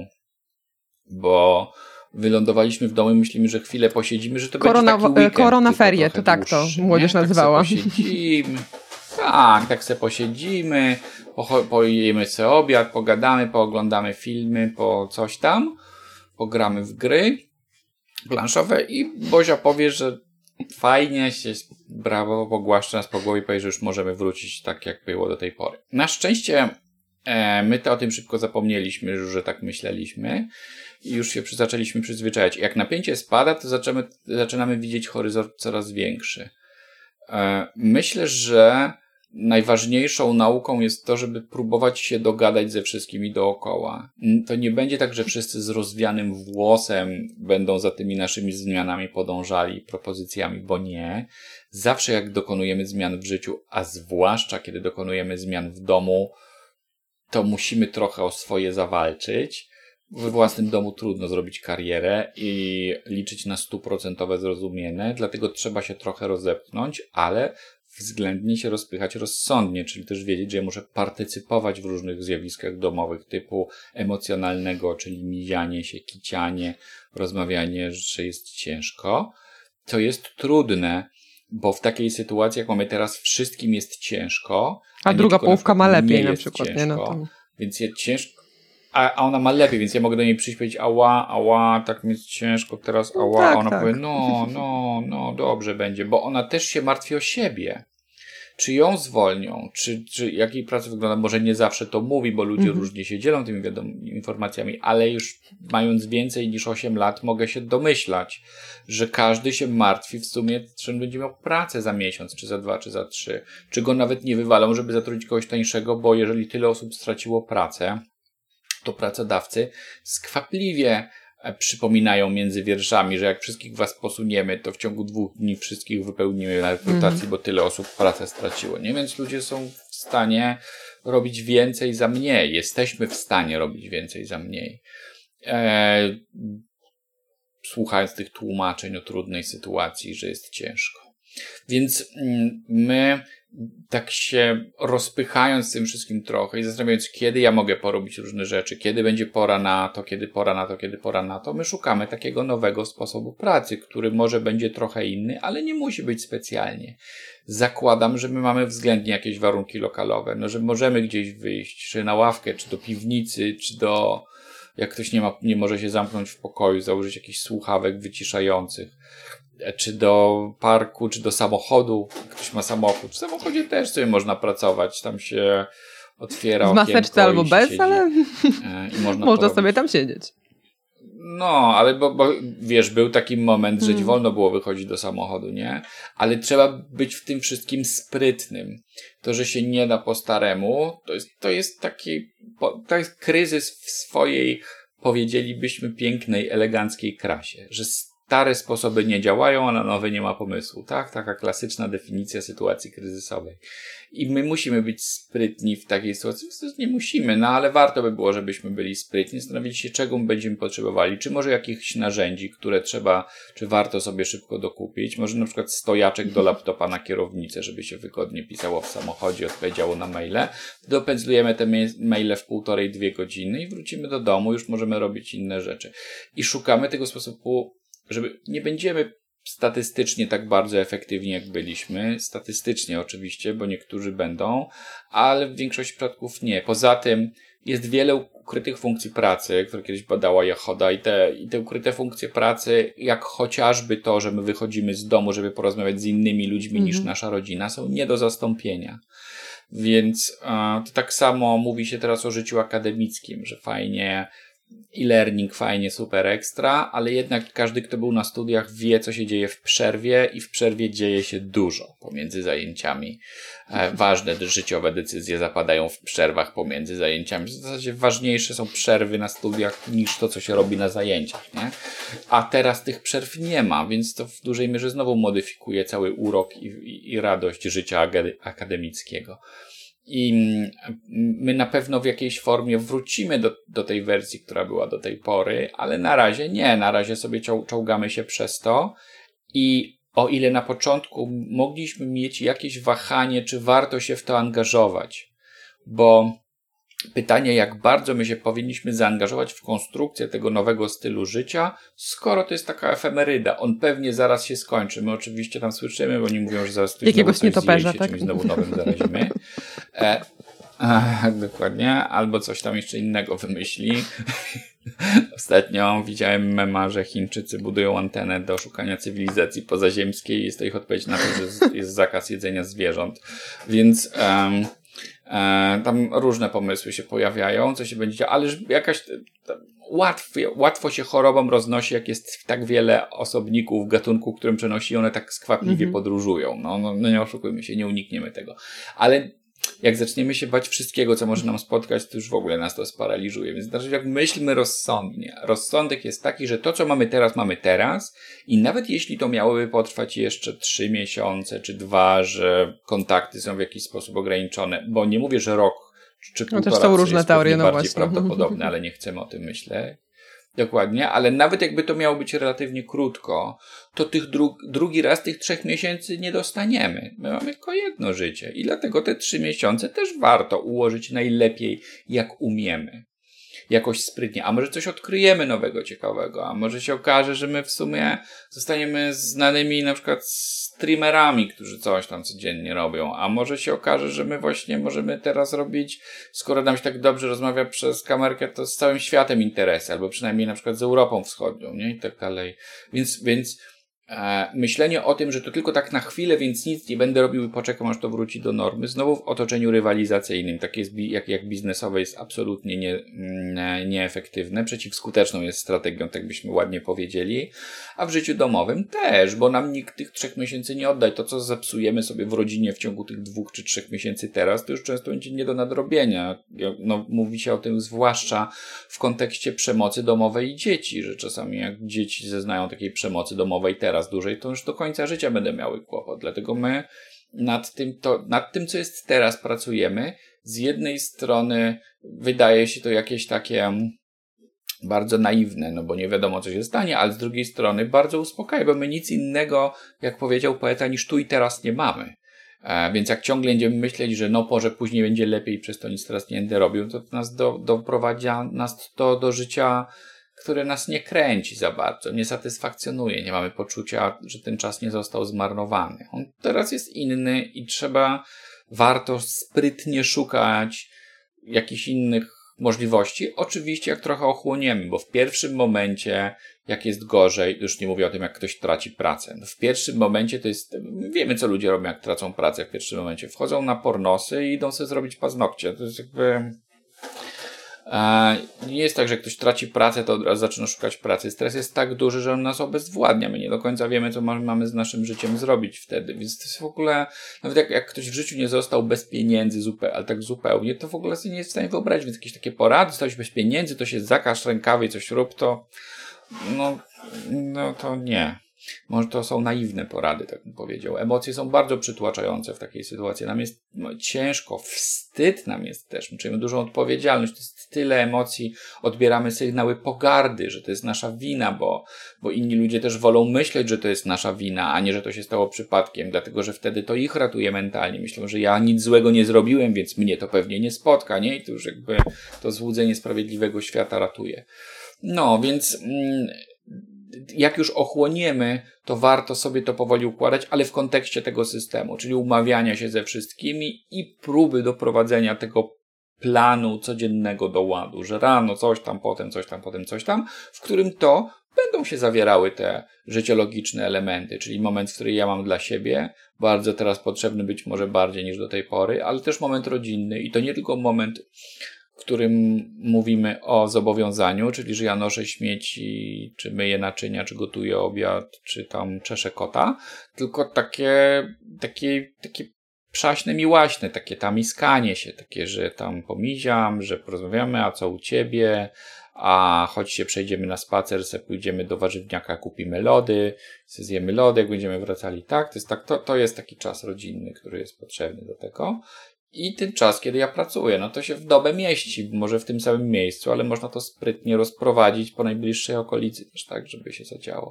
bo wylądowaliśmy w domu i myślimy, że chwilę posiedzimy, że to będzie taki weekend. Koronaferie, to tak to młodzież nazywała. Tak posiedzimy. Tak se posiedzimy, pojemy sobie obiad, pogadamy, pooglądamy filmy, po coś tam, pogramy w gry planszowe i Bozia powie, że fajnie się, brawo, pogłaszcza nas po głowie i powie, że już możemy wrócić tak, jak było do tej pory. Na szczęście my to o tym szybko zapomnieliśmy, że tak myśleliśmy i już się zaczęliśmy przyzwyczajać. Jak napięcie spada, to zaczynamy widzieć horyzont coraz większy. Myślę, że najważniejszą nauką jest to, żeby próbować się dogadać ze wszystkimi dookoła. To nie będzie tak, że wszyscy z rozwianym włosem będą za tymi naszymi zmianami podążali, propozycjami, bo nie. Zawsze jak dokonujemy zmian w życiu, a zwłaszcza kiedy dokonujemy zmian w domu, to musimy trochę o swoje zawalczyć. We własnym domu trudno zrobić karierę i liczyć na 100% zrozumienie, dlatego trzeba się trochę rozepchnąć, ale względnie się rozpychać rozsądnie, czyli też wiedzieć, że ja muszę partycypować w różnych zjawiskach domowych typu emocjonalnego, czyli mizianie się, kicianie, rozmawianie, że jest ciężko. To jest trudne, bo w takiej sytuacji, jak mamy teraz, wszystkim jest ciężko. A druga połówka ma lepiej na przykład. Ciężko, nie? No to... Więc jest ciężko. A ona ma lepiej, więc ja mogę do niej przyjść i powiedzieć ała, tak mi jest ciężko teraz, ała, tak, a ona tak. powie, no, dobrze będzie, bo ona też się martwi o siebie. Czy ją zwolnią, czy jak jej praca wygląda, może nie zawsze to mówi, bo ludzie różnie się dzielą tymi informacjami, ale już mając więcej niż 8 lat mogę się domyślać, że każdy się martwi w sumie, czym będzie miał pracę za miesiąc, czy za 2, czy za 3, czy go nawet nie wywalą, żeby zatrudnić kogoś tańszego, bo jeżeli tyle osób straciło pracę, to pracodawcy skwapliwie przypominają między wierszami, że jak wszystkich was posuniemy, to w ciągu 2 dni wszystkich wypełnimy na rekrutacji, bo tyle osób pracę straciło. Nie? Więc ludzie są w stanie robić więcej za mniej. Jesteśmy w stanie robić więcej za mniej. Słuchając tych tłumaczeń o trudnej sytuacji, że jest ciężko. Więc my tak się rozpychając tym wszystkim trochę i zastanawiając, kiedy ja mogę porobić różne rzeczy, kiedy będzie pora na to, kiedy pora na to, my szukamy takiego nowego sposobu pracy, który może będzie trochę inny, ale nie musi być specjalnie. Zakładam, że my mamy względnie jakieś warunki lokalowe, no, że możemy gdzieś wyjść, czy na ławkę, czy do piwnicy, czy do... Jak ktoś nie może się zamknąć w pokoju, założyć jakichś słuchawek wyciszających, czy do parku, czy do samochodu. Ktoś ma samochód. W samochodzie też sobie można pracować. Tam się otwiera okienko. W maseczce albo bez, siedzi. ale I można sobie tam siedzieć. No, ale bo wiesz, był taki moment, że wolno było wychodzić do samochodu, nie? Ale trzeba być w tym wszystkim sprytnym. To, że się nie da po staremu, to jest kryzys w swojej, powiedzielibyśmy, pięknej, eleganckiej krasie, że stare sposoby nie działają, a na nowe nie ma pomysłu, tak? Taka klasyczna definicja sytuacji kryzysowej. I my musimy być sprytni w takiej sytuacji. Nie musimy, no ale warto by było, żebyśmy byli sprytni, zastanowić się, czego będziemy potrzebowali, czy może jakichś narzędzi, które czy warto sobie szybko dokupić, może na przykład stojaczek do laptopa na kierownicę, żeby się wygodnie pisało w samochodzie, odpowiedziało na maile. Dopędzlujemy te maile w 1,5–2 godziny i wrócimy do domu, już możemy robić inne rzeczy. I szukamy tego sposobu, żeby nie będziemy statystycznie tak bardzo efektywni, jak byliśmy. Statystycznie oczywiście, bo niektórzy będą, ale w większości przypadków nie. Poza tym jest wiele ukrytych funkcji pracy, które kiedyś badała Jachoda i te ukryte funkcje pracy, jak chociażby to, że my wychodzimy z domu, żeby porozmawiać z innymi ludźmi niż nasza rodzina, są nie do zastąpienia. Więc to tak samo mówi się teraz o życiu akademickim, że fajnie e-learning fajnie, super ekstra, ale jednak każdy, kto był na studiach, wie, co się dzieje w przerwie i w przerwie dzieje się dużo pomiędzy zajęciami. Ważne życiowe decyzje zapadają w przerwach pomiędzy zajęciami. W zasadzie ważniejsze są przerwy na studiach niż to, co się robi na zajęciach, nie? A teraz tych przerw nie ma, więc to w dużej mierze znowu modyfikuje cały urok i radość życia akademickiego. I my na pewno w jakiejś formie wrócimy do tej wersji, która była do tej pory, ale na razie nie. Na razie sobie czołgamy się przez to i o ile na początku mogliśmy mieć jakieś wahanie, czy warto się w to angażować, bo pytanie, jak bardzo my się powinniśmy zaangażować w konstrukcję tego nowego stylu życia, skoro to jest taka efemeryda. On pewnie zaraz się skończy. My oczywiście tam słyszymy, bo oni mówią, że zaraz ktoś jakiegoś nietoperza, tak? Czymś znowu nowym zarazimy. Dokładnie. Albo coś tam jeszcze innego wymyśli. Ostatnio widziałem mema, że Chińczycy budują antenę do szukania cywilizacji pozaziemskiej. Jest to ich odpowiedź na to, że jest zakaz jedzenia zwierząt. Więc tam różne pomysły się pojawiają, co się będzie działo, ale jakaś łatwo się chorobom roznosi, jak jest tak wiele osobników gatunku, którym przenosi, one tak skwapliwie podróżują. No nie oszukujmy się, nie unikniemy tego. Ale jak zaczniemy się bać wszystkiego, co może nam spotkać, to już w ogóle nas to sparaliżuje. Więc znaczy, jak myślmy rozsądnie. Rozsądek jest taki, że to, co mamy teraz i nawet jeśli to miałoby potrwać jeszcze 3 miesiące czy 2, że kontakty są w jakiś sposób ograniczone, bo nie mówię, że rok czy półtora, też są różne teorie, jest bardziej prawdopodobne, ale nie chcemy o tym myśleć. Dokładnie, ale nawet jakby to miało być relatywnie krótko, to drugi raz tych 3 miesięcy nie dostaniemy. My mamy tylko jedno życie i dlatego te 3 miesiące też warto ułożyć najlepiej, jak umiemy. Jakoś sprytnie. A może coś odkryjemy nowego, ciekawego, a może się okaże, że my w sumie zostaniemy znanymi na przykład streamerami, którzy coś tam codziennie robią, a może się okaże, że my właśnie możemy teraz robić, skoro nam się tak dobrze rozmawia przez kamerkę, to z całym światem interesy, albo przynajmniej na przykład z Europą Wschodnią, nie? I tak dalej. Więc myślenie o tym, że to tylko tak na chwilę, więc nic nie będę robił i poczekam, aż to wróci do normy, znowu w otoczeniu rywalizacyjnym, takie jest, jak biznesowe, jest absolutnie nieefektywne, przeciwskuteczną jest strategią, tak byśmy ładnie powiedzieli, a w życiu domowym też, bo nam nikt tych 3 miesięcy nie odda. To, co zepsujemy sobie w rodzinie w ciągu tych 2 czy 3 miesięcy teraz, to już często będzie nie do nadrobienia. No, mówi się o tym zwłaszcza w kontekście przemocy domowej i dzieci, że czasami jak dzieci zeznają takiej przemocy domowej teraz dłużej, to już do końca życia będą miały kłopot. Dlatego my nad tym, co jest teraz, pracujemy. Z jednej strony wydaje się to jakieś takie bardzo naiwne, no bo nie wiadomo, co się stanie, ale z drugiej strony bardzo uspokaja, bo my nic innego, jak powiedział poeta, niż tu i teraz nie mamy. Więc jak ciągle będziemy myśleć, że może później będzie lepiej i przez to nic teraz nie będę robił, to nas doprowadzi nas to do życia, które nas nie kręci za bardzo, nie satysfakcjonuje, nie mamy poczucia, że ten czas nie został zmarnowany. On teraz jest inny i warto sprytnie szukać jakichś innych możliwości. Oczywiście jak trochę ochłoniemy, bo w pierwszym momencie, jak jest gorzej, już nie mówię o tym, jak ktoś traci pracę. No w pierwszym momencie to jest, wiemy, co ludzie robią, jak tracą pracę w pierwszym momencie. Wchodzą na pornosy i idą sobie zrobić paznokcie. To jest jakby... Nie jest tak, że ktoś traci pracę, to od razu zaczyna szukać pracy. Stres jest tak duży, że on nas obezwładnia. My nie do końca wiemy, co mamy z naszym życiem zrobić wtedy. Więc to jest w ogóle, nawet jak ktoś w życiu nie został bez pieniędzy, ale tak zupełnie, to w ogóle sobie nie jest w stanie wyobrazić. Więc jakieś takie porady, zostałeś bez pieniędzy, to się zakaż rękawy i coś rób, to to nie. Może to są naiwne porady, tak bym powiedział. Emocje są bardzo przytłaczające w takiej sytuacji. Nam jest ciężko, wstyd nam jest też. My czujemy dużą odpowiedzialność. To jest tyle emocji. Odbieramy sygnały pogardy, że to jest nasza wina, bo inni ludzie też wolą myśleć, że to jest nasza wina, a nie, że to się stało przypadkiem, dlatego, że wtedy to ich ratuje mentalnie. Myślą, że ja nic złego nie zrobiłem, więc mnie to pewnie nie spotka, nie? I to już jakby to złudzenie sprawiedliwego świata ratuje. No, więc... jak już ochłoniemy, to warto sobie to powoli układać, ale w kontekście tego systemu, czyli umawiania się ze wszystkimi i próby doprowadzenia tego planu codziennego do ładu, że rano coś tam, potem coś tam, potem coś tam, w którym to będą się zawierały te życiologiczne elementy, czyli moment, w którym ja mam dla siebie, bardzo teraz potrzebny być może bardziej niż do tej pory, ale też moment rodzinny i to nie tylko moment którym mówimy o zobowiązaniu, czyli że ja noszę śmieci, czy myję naczynia, czy gotuję obiad, czy tam czeszę kota, tylko takie przaśne, miłaśne, takie tam iskanie się, takie, że tam pomiziam, że porozmawiamy, a co u ciebie, a choć się przejdziemy na spacer, se pójdziemy do warzywniaka, kupimy lody, se zjemy lody, jak będziemy wracali, tak? To jest taki czas rodzinny, który jest potrzebny do tego. I ten czas, kiedy ja pracuję, no to się w dobę mieści, może w tym samym miejscu, ale można to sprytnie rozprowadzić po najbliższej okolicy też tak, żeby się zadziało.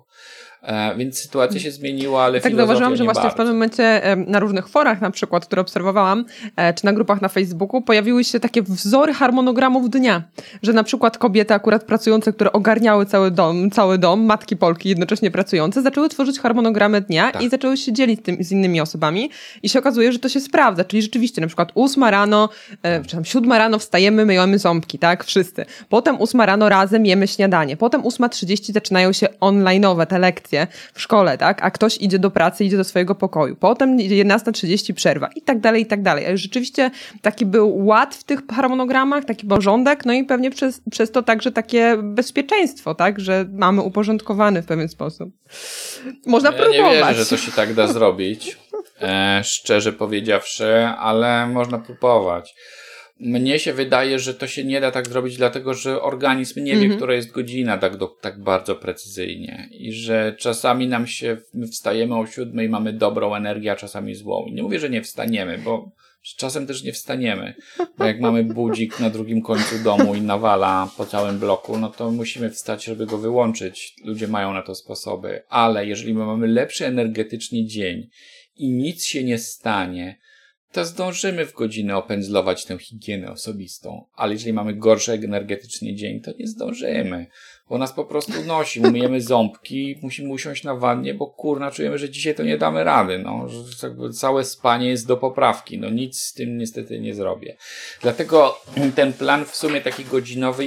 Więc sytuacja się zmieniła, ale tak filozofia zauważyłam, że nie właśnie bardzo. w pewnym momencie na różnych forach na przykład, które obserwowałam, czy na grupach na Facebooku, pojawiły się takie wzory harmonogramów dnia, że na przykład kobiety akurat pracujące, które ogarniały cały dom, matki Polki jednocześnie pracujące, zaczęły tworzyć harmonogramy dnia i zaczęły się dzielić tym z innymi osobami i się okazuje, że to się sprawdza, czyli rzeczywiście na przykład 8 rano, czy tam 7 rano wstajemy, myjemy ząbki, tak, wszyscy. Potem 8 rano razem jemy śniadanie. Potem 8:30 zaczynają się online'owe te lekcje w szkole, tak, a ktoś idzie do pracy, idzie do swojego pokoju. Potem 11:30 przerwa i tak dalej, i tak dalej. Ale rzeczywiście taki był ład w tych harmonogramach, taki porządek, no i pewnie przez to także takie bezpieczeństwo, tak, że mamy uporządkowany w pewien sposób. Można próbować. Ja nie wierzę, że to się tak da zrobić. Szczerze powiedziawszy, ale można próbować. Mnie się wydaje, że to się nie da tak zrobić, dlatego że organizm nie wie, która jest godzina tak bardzo precyzyjnie i że czasami my wstajemy o 7 i mamy dobrą energię, a czasami złą. I nie mówię, że nie wstaniemy, bo czasem też nie wstaniemy, bo jak mamy budzik na drugim końcu domu i nawala po całym bloku, no to musimy wstać, żeby go wyłączyć. Ludzie mają na to sposoby, ale jeżeli my mamy lepszy energetycznie dzień i nic się nie stanie, to zdążymy w godzinę opędzlować tę higienę osobistą. Ale jeżeli mamy gorszy energetycznie dzień, to nie zdążymy. Bo nas po prostu nosi. Myjemy ząbki, musimy usiąść na wannie, bo kurna, czujemy, że dzisiaj to nie damy rady. No, że całe spanie jest do poprawki. No nic z tym niestety nie zrobię. Dlatego ten plan w sumie taki godzinowy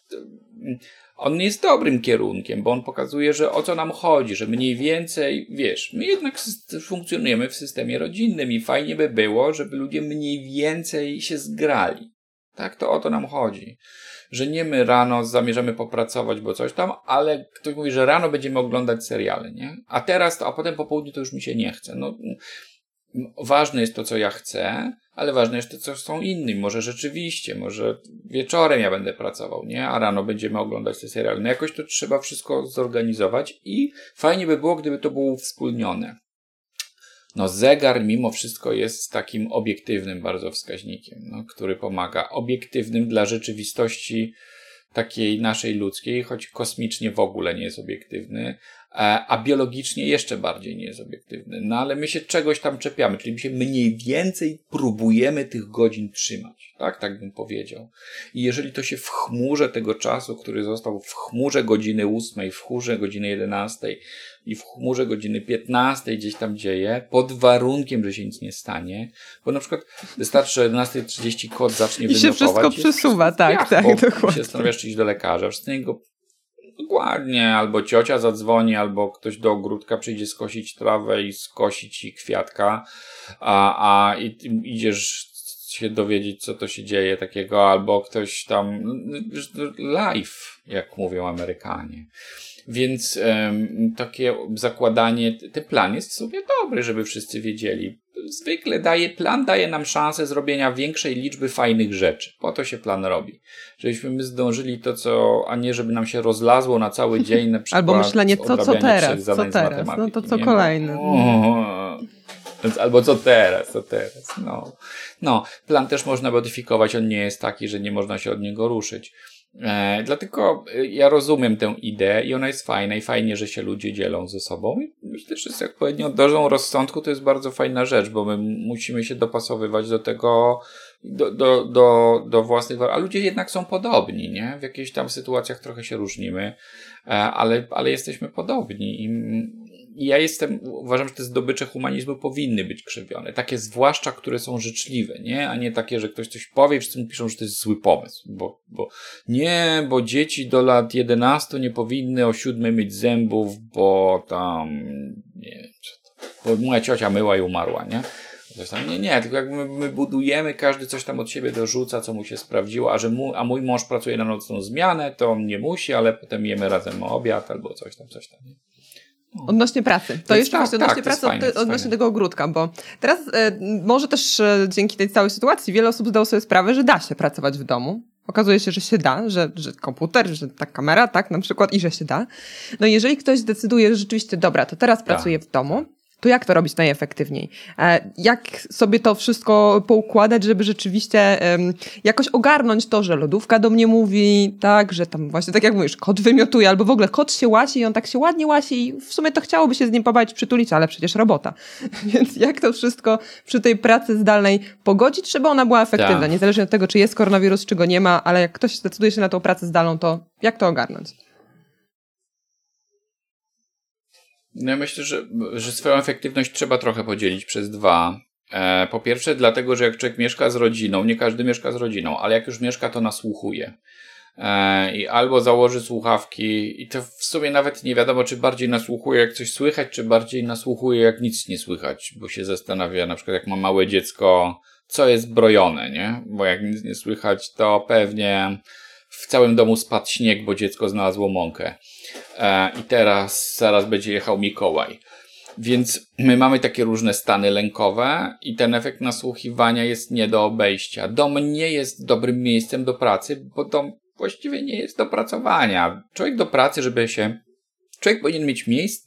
on jest dobrym kierunkiem, bo on pokazuje, że o co nam chodzi, że mniej więcej, wiesz, my jednak funkcjonujemy w systemie rodzinnym i fajnie by było, żeby ludzie mniej więcej się zgrali. Tak, to o to nam chodzi. Że nie my rano zamierzamy popracować, bo coś tam, ale ktoś mówi, że rano będziemy oglądać seriale, nie? A potem po południu to już mi się nie chce. No, ważne jest to, co ja chcę, ale ważne jest to, co są inni. Może wieczorem ja będę pracował, nie? A rano będziemy oglądać te seriale. No jakoś to trzeba wszystko zorganizować i fajnie by było, gdyby to było uwspólnione. No zegar mimo wszystko jest takim obiektywnym bardzo wskaźnikiem, no, który pomaga. Obiektywnym dla rzeczywistości takiej naszej ludzkiej, choć kosmicznie w ogóle nie jest obiektywny, a biologicznie jeszcze bardziej nie jest obiektywny. No ale my się czegoś tam czepiamy, czyli my się mniej więcej próbujemy tych godzin trzymać. Tak bym powiedział. I jeżeli to się w chmurze tego czasu, który został w chmurze godziny 8, w chmurze godziny 11 i w chmurze godziny 15 gdzieś tam dzieje, pod warunkiem, że się nic nie stanie, bo na przykład wystarczy, że o 11:30 kot zacznie wymiotować. I się wszystko przesuwa, tak, dokładnie. Się zastanawiasz, czy iść do lekarza, wszyscy go dokładnie, albo ciocia zadzwoni, albo ktoś do ogródka przyjdzie skosić trawę i skosić ci kwiatka, a idziesz się dowiedzieć, co to się dzieje takiego, albo ktoś tam live, jak mówią Amerykanie. Więc takie zakładanie, ten plan jest w sobie dobry, żeby wszyscy wiedzieli. Zwykle plan daje nam szansę zrobienia większej liczby fajnych rzeczy. Po to się plan robi. Żebyśmy my zdążyli a nie żeby nam się rozlazło na cały dzień, na przykład albo myślenie, co teraz, no to co kolejne. Albo co teraz. No, plan też można modyfikować, on nie jest taki, że nie można się od niego ruszyć. Dlatego ja rozumiem tę ideę i ona jest fajna i fajnie, że się ludzie dzielą ze sobą. I myślę, że jak odpowiednio dozą rozsądku, to jest bardzo fajna rzecz, bo my musimy się dopasowywać do tego, do własnych warunków. A ludzie jednak są podobni, nie? W jakichś tam sytuacjach trochę się różnimy, ale jesteśmy podobni. I uważam, że te zdobycze humanizmu powinny być krzywione. Takie zwłaszcza, które są życzliwe, nie? A nie takie, że ktoś coś powie i wszyscy mu piszą, że to jest zły pomysł. Bo dzieci do lat 11 nie powinny o 7 myć zębów, bo tam, nie wiem, bo moja ciocia myła i umarła, nie? Coś tam. Nie, tylko jakby my budujemy, każdy coś tam od siebie dorzuca, co mu się sprawdziło, a mój mąż pracuje na nocną zmianę, to on nie musi, ale potem jemy razem obiad albo coś tam, nie? Odnośnie pracy. To jeszcze właśnie odnośnie pracy, odnośnie tego ogródka, bo teraz może też dzięki tej całej sytuacji wiele osób zdało sobie sprawę, że da się pracować w domu. Okazuje się, że się da, że komputer, że ta kamera, tak, na przykład, i że się da. No jeżeli ktoś zdecyduje, że rzeczywiście, dobra, to teraz pracuję w domu, to jak to robić najefektywniej? Jak sobie to wszystko poukładać, żeby rzeczywiście jakoś ogarnąć to, że lodówka do mnie mówi, tak, że tam właśnie, tak jak mówisz, kot wymiotuje, albo w ogóle kot się łasi i on tak się ładnie łasi i w sumie to chciałoby się z nim pobawić, przytulić, ale przecież robota. Więc jak to wszystko przy tej pracy zdalnej pogodzić, żeby ona była efektywna? Niezależnie od tego, czy jest koronawirus, czy go nie ma, ale jak ktoś zdecyduje się na tą pracę zdalną, to jak to ogarnąć? No ja myślę, że swoją efektywność trzeba trochę podzielić przez dwa. Po pierwsze dlatego, że jak człowiek mieszka z rodziną, nie każdy mieszka z rodziną, ale jak już mieszka, to nasłuchuje. I albo założy słuchawki i to w sumie nawet nie wiadomo, czy bardziej nasłuchuje, jak coś słychać, czy bardziej nasłuchuje, jak nic nie słychać, bo się zastanawia, na przykład jak ma małe dziecko, co jest brojone, nie? Bo jak nic nie słychać, to pewnie w całym domu spadł śnieg, bo dziecko znalazło mąkę. I teraz zaraz będzie jechał Mikołaj. Więc my mamy takie różne stany lękowe i ten efekt nasłuchiwania jest nie do obejścia. Dom nie jest dobrym miejscem do pracy, bo dom właściwie nie jest do pracowania. Człowiek do pracy, człowiek powinien mieć miejsce,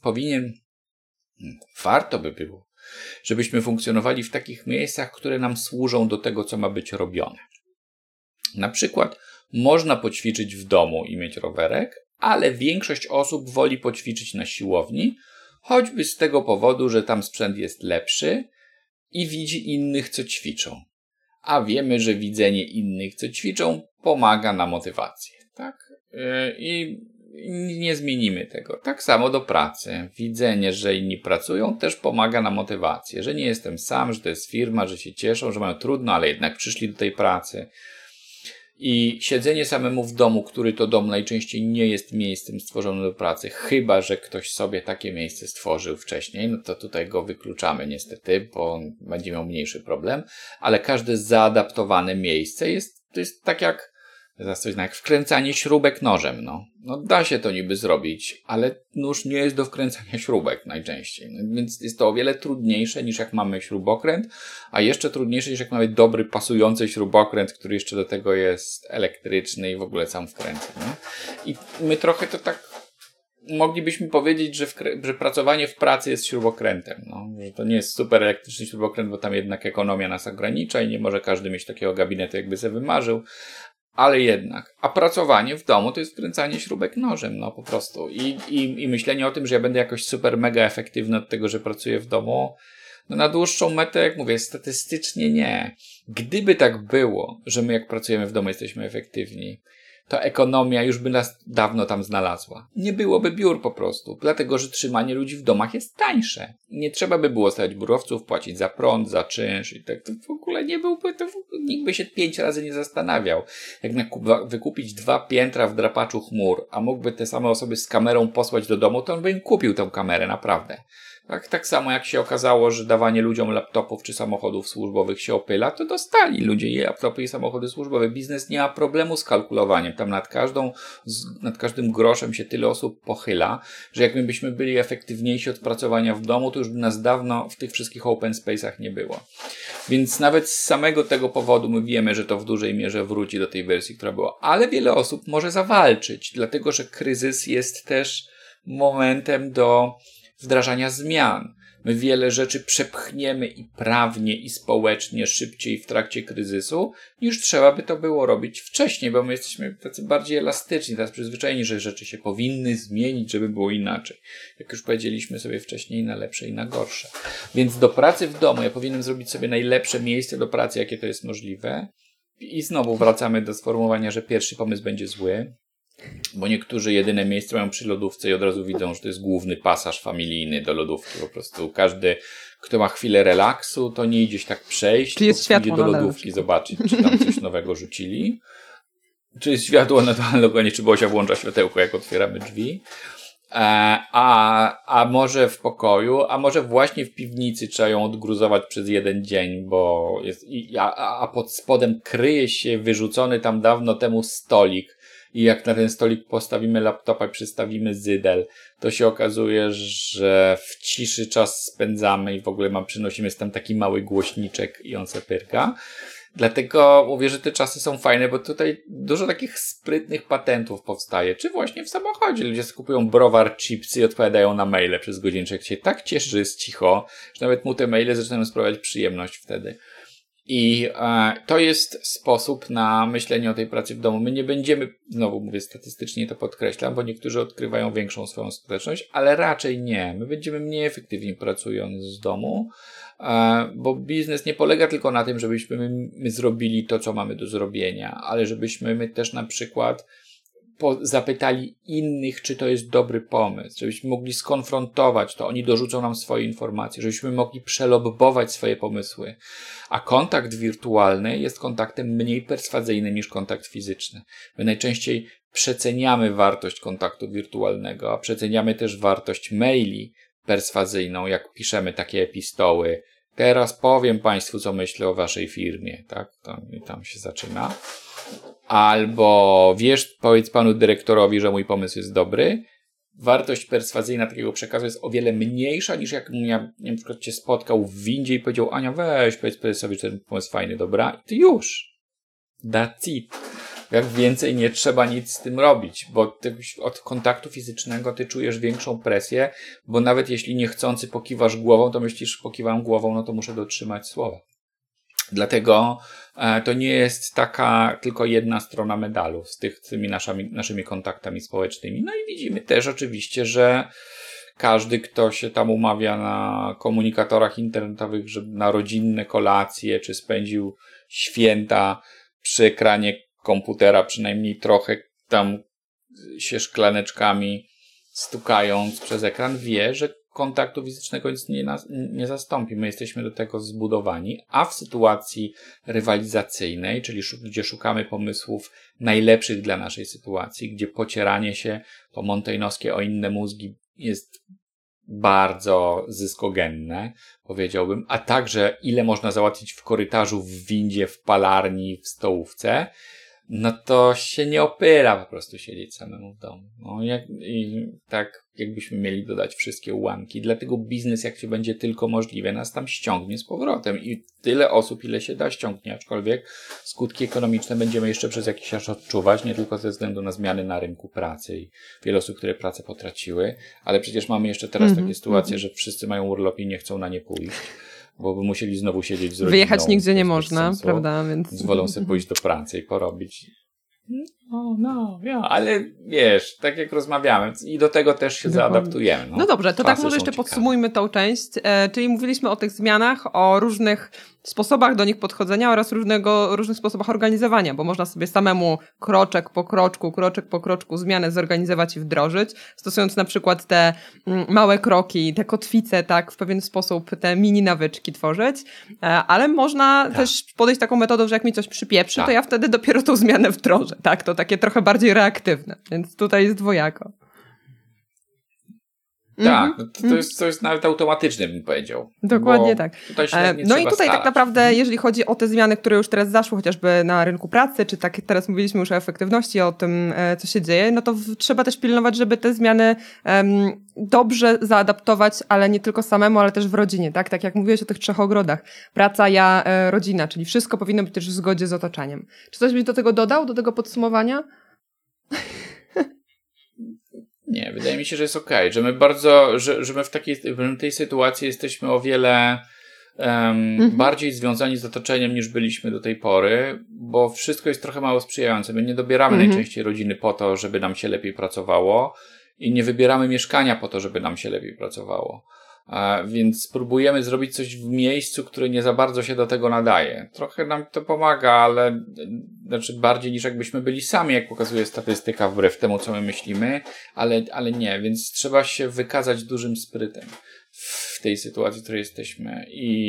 warto by było, żebyśmy funkcjonowali w takich miejscach, które nam służą do tego, co ma być robione. Na przykład można poćwiczyć w domu i mieć rowerek, ale większość osób woli poćwiczyć na siłowni, choćby z tego powodu, że tam sprzęt jest lepszy i widzi innych, co ćwiczą. A wiemy, że widzenie innych, co ćwiczą, pomaga na motywację, tak? I nie zmienimy tego. Tak samo do pracy. Widzenie, że inni pracują, też pomaga na motywację. Że nie jestem sam, że to jest firma, że się cieszą, że mają trudno, ale jednak przyszli do tej pracy. I siedzenie samemu w domu, który to dom najczęściej nie jest miejscem stworzonym do pracy, chyba że ktoś sobie takie miejsce stworzył wcześniej, no to tutaj go wykluczamy niestety, bo on będzie miał mniejszy problem, ale każde zaadaptowane miejsce to jest tak jak wkręcanie śrubek nożem. No da się to niby zrobić, ale nóż nie jest do wkręcania śrubek najczęściej. No, więc jest to o wiele trudniejsze niż jak mamy śrubokręt, a jeszcze trudniejsze niż jak mamy dobry, pasujący śrubokręt, który jeszcze do tego jest elektryczny i w ogóle sam wkręca. Nie? I my trochę to tak moglibyśmy powiedzieć, że pracowanie w pracy jest śrubokrętem. Że to nie jest super elektryczny śrubokręt, bo tam jednak ekonomia nas ogranicza i nie może każdy mieć takiego gabinetu, jakby sobie wymarzył. Ale jednak. A pracowanie w domu to jest wkręcanie śrubek nożem, po prostu. I myślenie o tym, że ja będę jakoś super mega efektywny od tego, że pracuję w domu, na dłuższą metę, jak mówię, statystycznie nie. Gdyby tak było, że my jak pracujemy w domu jesteśmy efektywni, to ekonomia już by nas dawno tam znalazła. Nie byłoby biur po prostu, dlatego że trzymanie ludzi w domach jest tańsze. Nie trzeba by było stawiać biurowców, płacić za prąd, za czynsz i tak. To w ogóle nie byłby, nikt by się 5 razy nie zastanawiał. Jak wykupić 2 piętra w drapaczu chmur, a mógłby te same osoby z kamerą posłać do domu, to on by im kupił tę kamerę, naprawdę. Tak samo jak się okazało, że dawanie ludziom laptopów czy samochodów służbowych się opyla, to dostali ludzie i laptopy i samochody służbowe. Biznes nie ma problemu z kalkulowaniem. Tam nad każdym groszem się tyle osób pochyla, że jakbyśmy byli efektywniejsi od pracowania w domu, to już by nas dawno w tych wszystkich open space'ach nie było. Więc nawet z samego tego powodu my wiemy, że to w dużej mierze wróci do tej wersji, która była. Ale wiele osób może zawalczyć, dlatego że kryzys jest też momentem do wdrażania zmian. My wiele rzeczy przepchniemy i prawnie, i społecznie szybciej w trakcie kryzysu, niż trzeba by to było robić wcześniej, bo my jesteśmy tacy bardziej elastyczni, teraz przyzwyczajeni, że rzeczy się powinny zmienić, żeby było inaczej. Jak już powiedzieliśmy sobie wcześniej, na lepsze i na gorsze. Więc do pracy w domu ja powinienem zrobić sobie najlepsze miejsce do pracy, jakie to jest możliwe. I znowu wracamy do sformułowania, że pierwszy pomysł będzie zły. Bo niektórzy jedyne miejsce mają przy lodówce i od razu widzą, że to jest główny pasaż familijny do lodówki. Po prostu każdy, kto ma chwilę relaksu, to nie idzie się tak przejść, tylko idzie do lodówki zobaczyć, czy tam coś nowego rzucili. Czy jest światło na balkonie, czy Bosia włącza światełko, jak otwieramy drzwi. A może w pokoju, a może właśnie w piwnicy trzeba ją odgruzować przez jeden dzień, bo a pod spodem kryje się wyrzucony tam dawno temu stolik. I jak na ten stolik postawimy laptopa i przystawimy zydel, to się okazuje, że w ciszy czas spędzamy i w ogóle przynosimy tam taki mały głośniczek i on se pyrka. Dlatego mówię, że te czasy są fajne, bo tutaj dużo takich sprytnych patentów powstaje. Czy właśnie w samochodzie ludzie skupują browar, chipsy i odpowiadają na maile przez godzinę. Się tak cieszy, że jest cicho, że nawet mu te maile zaczynają sprawiać przyjemność wtedy. I to jest sposób na myślenie o tej pracy w domu. My nie będziemy, znowu mówię, statystycznie to podkreślam, bo niektórzy odkrywają większą swoją skuteczność, ale raczej nie. My będziemy mniej efektywni pracując z domu, bo biznes nie polega tylko na tym, żebyśmy my zrobili to, co mamy do zrobienia, ale żebyśmy my też na przykład zapytali innych, czy to jest dobry pomysł, żebyśmy mogli skonfrontować to, oni dorzucą nam swoje informacje, żebyśmy mogli przelobbować swoje pomysły. A kontakt wirtualny jest kontaktem mniej perswazyjnym niż kontakt fizyczny. My najczęściej przeceniamy wartość kontaktu wirtualnego, a przeceniamy też wartość maili perswazyjną, jak piszemy takie epistoły. Teraz powiem Państwu, co myślę o Waszej firmie, tak? I tam się zaczyna. Albo powiedz Panu dyrektorowi, że mój pomysł jest dobry. Wartość perswazyjna takiego przekazu jest o wiele mniejsza niż jak ja na przykład Cię spotkał w windzie i powiedział: Ania, powiedz sobie, że ten pomysł fajny, dobra? I Ty już. That's it. Jak więcej nie trzeba nic z tym robić, bo od kontaktu fizycznego Ty czujesz większą presję, bo nawet jeśli niechcący pokiwasz głową, to myślisz, pokiwam głową, no to muszę dotrzymać słowa. Dlatego to nie jest taka tylko jedna strona medalu z tymi naszymi kontaktami społecznymi. No i widzimy też oczywiście, że każdy, kto się tam umawia na komunikatorach internetowych, że na rodzinne kolacje, czy spędził święta przy ekranie komputera, przynajmniej trochę tam się szklaneczkami stukając przez ekran, wie, że kontaktu fizycznego nic nie zastąpi. My jesteśmy do tego zbudowani, a w sytuacji rywalizacyjnej, czyli gdzie szukamy pomysłów najlepszych dla naszej sytuacji, gdzie pocieranie się, to montaignowskie o inne mózgi jest bardzo zyskogenne, powiedziałbym, a także ile można załatwić w korytarzu, w windzie, w palarni, w stołówce, no to się nie opyla po prostu siedzieć samemu w domu. No tak jakbyśmy mieli dodać wszystkie ułamki. Dlatego biznes, jak się będzie tylko możliwe, nas tam ściągnie z powrotem i tyle osób, ile się da, ściągnie, aczkolwiek skutki ekonomiczne będziemy jeszcze przez jakiś czas odczuwać, nie tylko ze względu na zmiany na rynku pracy i wiele osób, które pracę potraciły, ale przecież mamy jeszcze teraz takie sytuacje, że wszyscy mają urlop i nie chcą na nie pójść, bo by musieli znowu siedzieć z rodziną. Wyjechać nigdzie nie można, prawda? Więc wolą sobie pójść do pracy i porobić. Ale wiesz, tak jak rozmawiamy i do tego też się zaadaptujemy. No dobrze, to tak może jeszcze podsumujmy tą część, czyli mówiliśmy o tych zmianach, o różnych sposobach do nich podchodzenia oraz różnych sposobach organizowania, bo można sobie samemu kroczek po kroczku zmianę zorganizować i wdrożyć, stosując na przykład te małe kroki, te kotwice, tak, w pewien sposób te mini nawyczki tworzyć, ale można też podejść taką metodą, że jak mi coś przypieprzy, to ja wtedy dopiero tą zmianę wdrożę, tak, to takie trochę bardziej reaktywne, więc tutaj jest dwojako. Tak, to jest nawet automatyczne, bym powiedział. Dokładnie tak. No i tutaj tak naprawdę, jeżeli chodzi o te zmiany, które już teraz zaszły, chociażby na rynku pracy, czy tak teraz mówiliśmy już o efektywności, o tym, co się dzieje, no to trzeba też pilnować, żeby te zmiany dobrze zaadaptować, ale nie tylko samemu, ale też w rodzinie, tak? Tak jak mówiłeś o tych 3 ogrodach. Praca, ja, rodzina, czyli wszystko powinno być też w zgodzie z otoczeniem. Czy coś byś do tego dodał, do tego podsumowania? Nie, wydaje mi się, że jest okej, że my że my w tej sytuacji jesteśmy o wiele bardziej związani z otoczeniem niż byliśmy do tej pory, bo wszystko jest trochę mało sprzyjające. My nie dobieramy najczęściej rodziny po to, żeby nam się lepiej pracowało i nie wybieramy mieszkania po to, żeby nam się lepiej pracowało. Więc spróbujemy zrobić coś w miejscu, które nie za bardzo się do tego nadaje. Trochę nam to pomaga, ale bardziej niż jakbyśmy byli sami, jak pokazuje statystyka, wbrew temu, co my myślimy, ale nie, więc trzeba się wykazać dużym sprytem. W w tej sytuacji, w której jesteśmy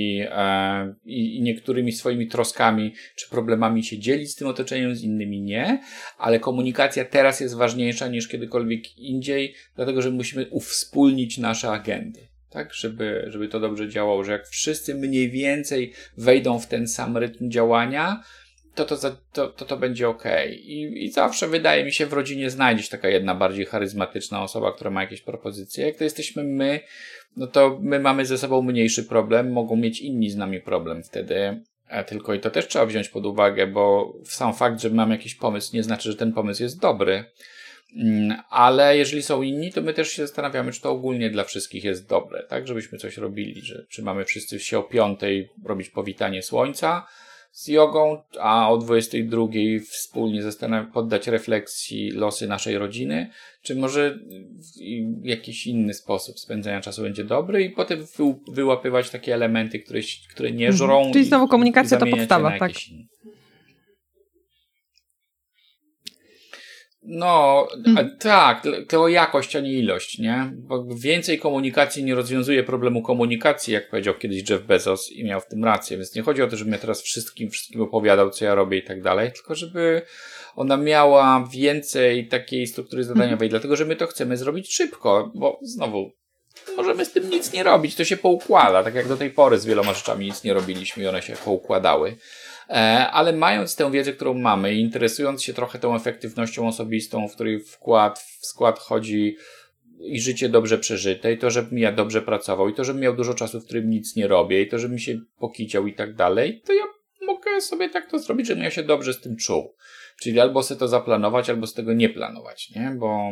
i niektórymi swoimi troskami czy problemami się dzielić z tym otoczeniem, z innymi nie, ale komunikacja teraz jest ważniejsza niż kiedykolwiek indziej, dlatego że musimy uwspólnić nasze agendy. Tak, żeby to dobrze działało, że jak wszyscy mniej więcej wejdą w ten sam rytm działania, to będzie okej. I zawsze wydaje mi się w rodzinie znajdzie się taka jedna bardziej charyzmatyczna osoba, która ma jakieś propozycje. Jak to jesteśmy my, no to my mamy ze sobą mniejszy problem, mogą mieć inni z nami problem wtedy. Tylko i to też trzeba wziąć pod uwagę, bo sam fakt, że mamy jakiś pomysł, nie znaczy, że ten pomysł jest dobry. Ale jeżeli są inni, to my też się zastanawiamy, czy to ogólnie dla wszystkich jest dobre, tak? Żebyśmy coś robili, czy mamy wszyscy się o 5:00 robić powitanie słońca z jogą, a o 22:00 wspólnie poddać refleksji losy naszej rodziny, czy może jakiś inny sposób spędzania czasu będzie dobry i potem wyłapywać takie elementy, które nie żrą. Czyli znowu komunikacja to podstawa, tak? No, tak, tylko jakość, a nie ilość, nie? Bo więcej komunikacji nie rozwiązuje problemu komunikacji, jak powiedział kiedyś Jeff Bezos i miał w tym rację, więc nie chodzi o to, żebym ja teraz wszystkim opowiadał, co ja robię i tak dalej, tylko żeby ona miała więcej takiej struktury zadaniowej, dlatego że my to chcemy zrobić szybko, bo znowu możemy z tym nic nie robić, to się poukłada, tak jak do tej pory z wieloma rzeczami nic nie robiliśmy i one się poukładały. Ale mając tę wiedzę, którą mamy i interesując się trochę tą efektywnością osobistą, w której w skład chodzi i życie dobrze przeżyte, i to, żebym ja dobrze pracował, i to, żebym miał dużo czasu, w którym nic nie robię, i to, żebym się pokiciał i tak dalej, to ja mogę sobie tak to zrobić, żebym ja się dobrze z tym czuł. Czyli albo sobie to zaplanować, albo z tego nie planować, nie? Bo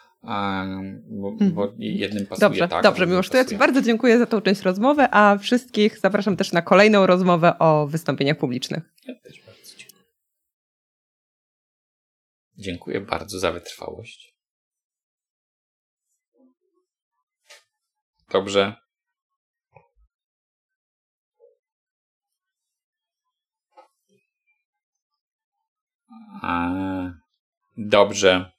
jednym pasuje dobrze, tak. Dobrze, Miłosz, to ja Ci bardzo dziękuję za tą część rozmowy, a wszystkich zapraszam też na kolejną rozmowę o wystąpieniach publicznych. Ja też bardzo dziękuję. Dziękuję bardzo za wytrwałość. Dobrze. Dobrze.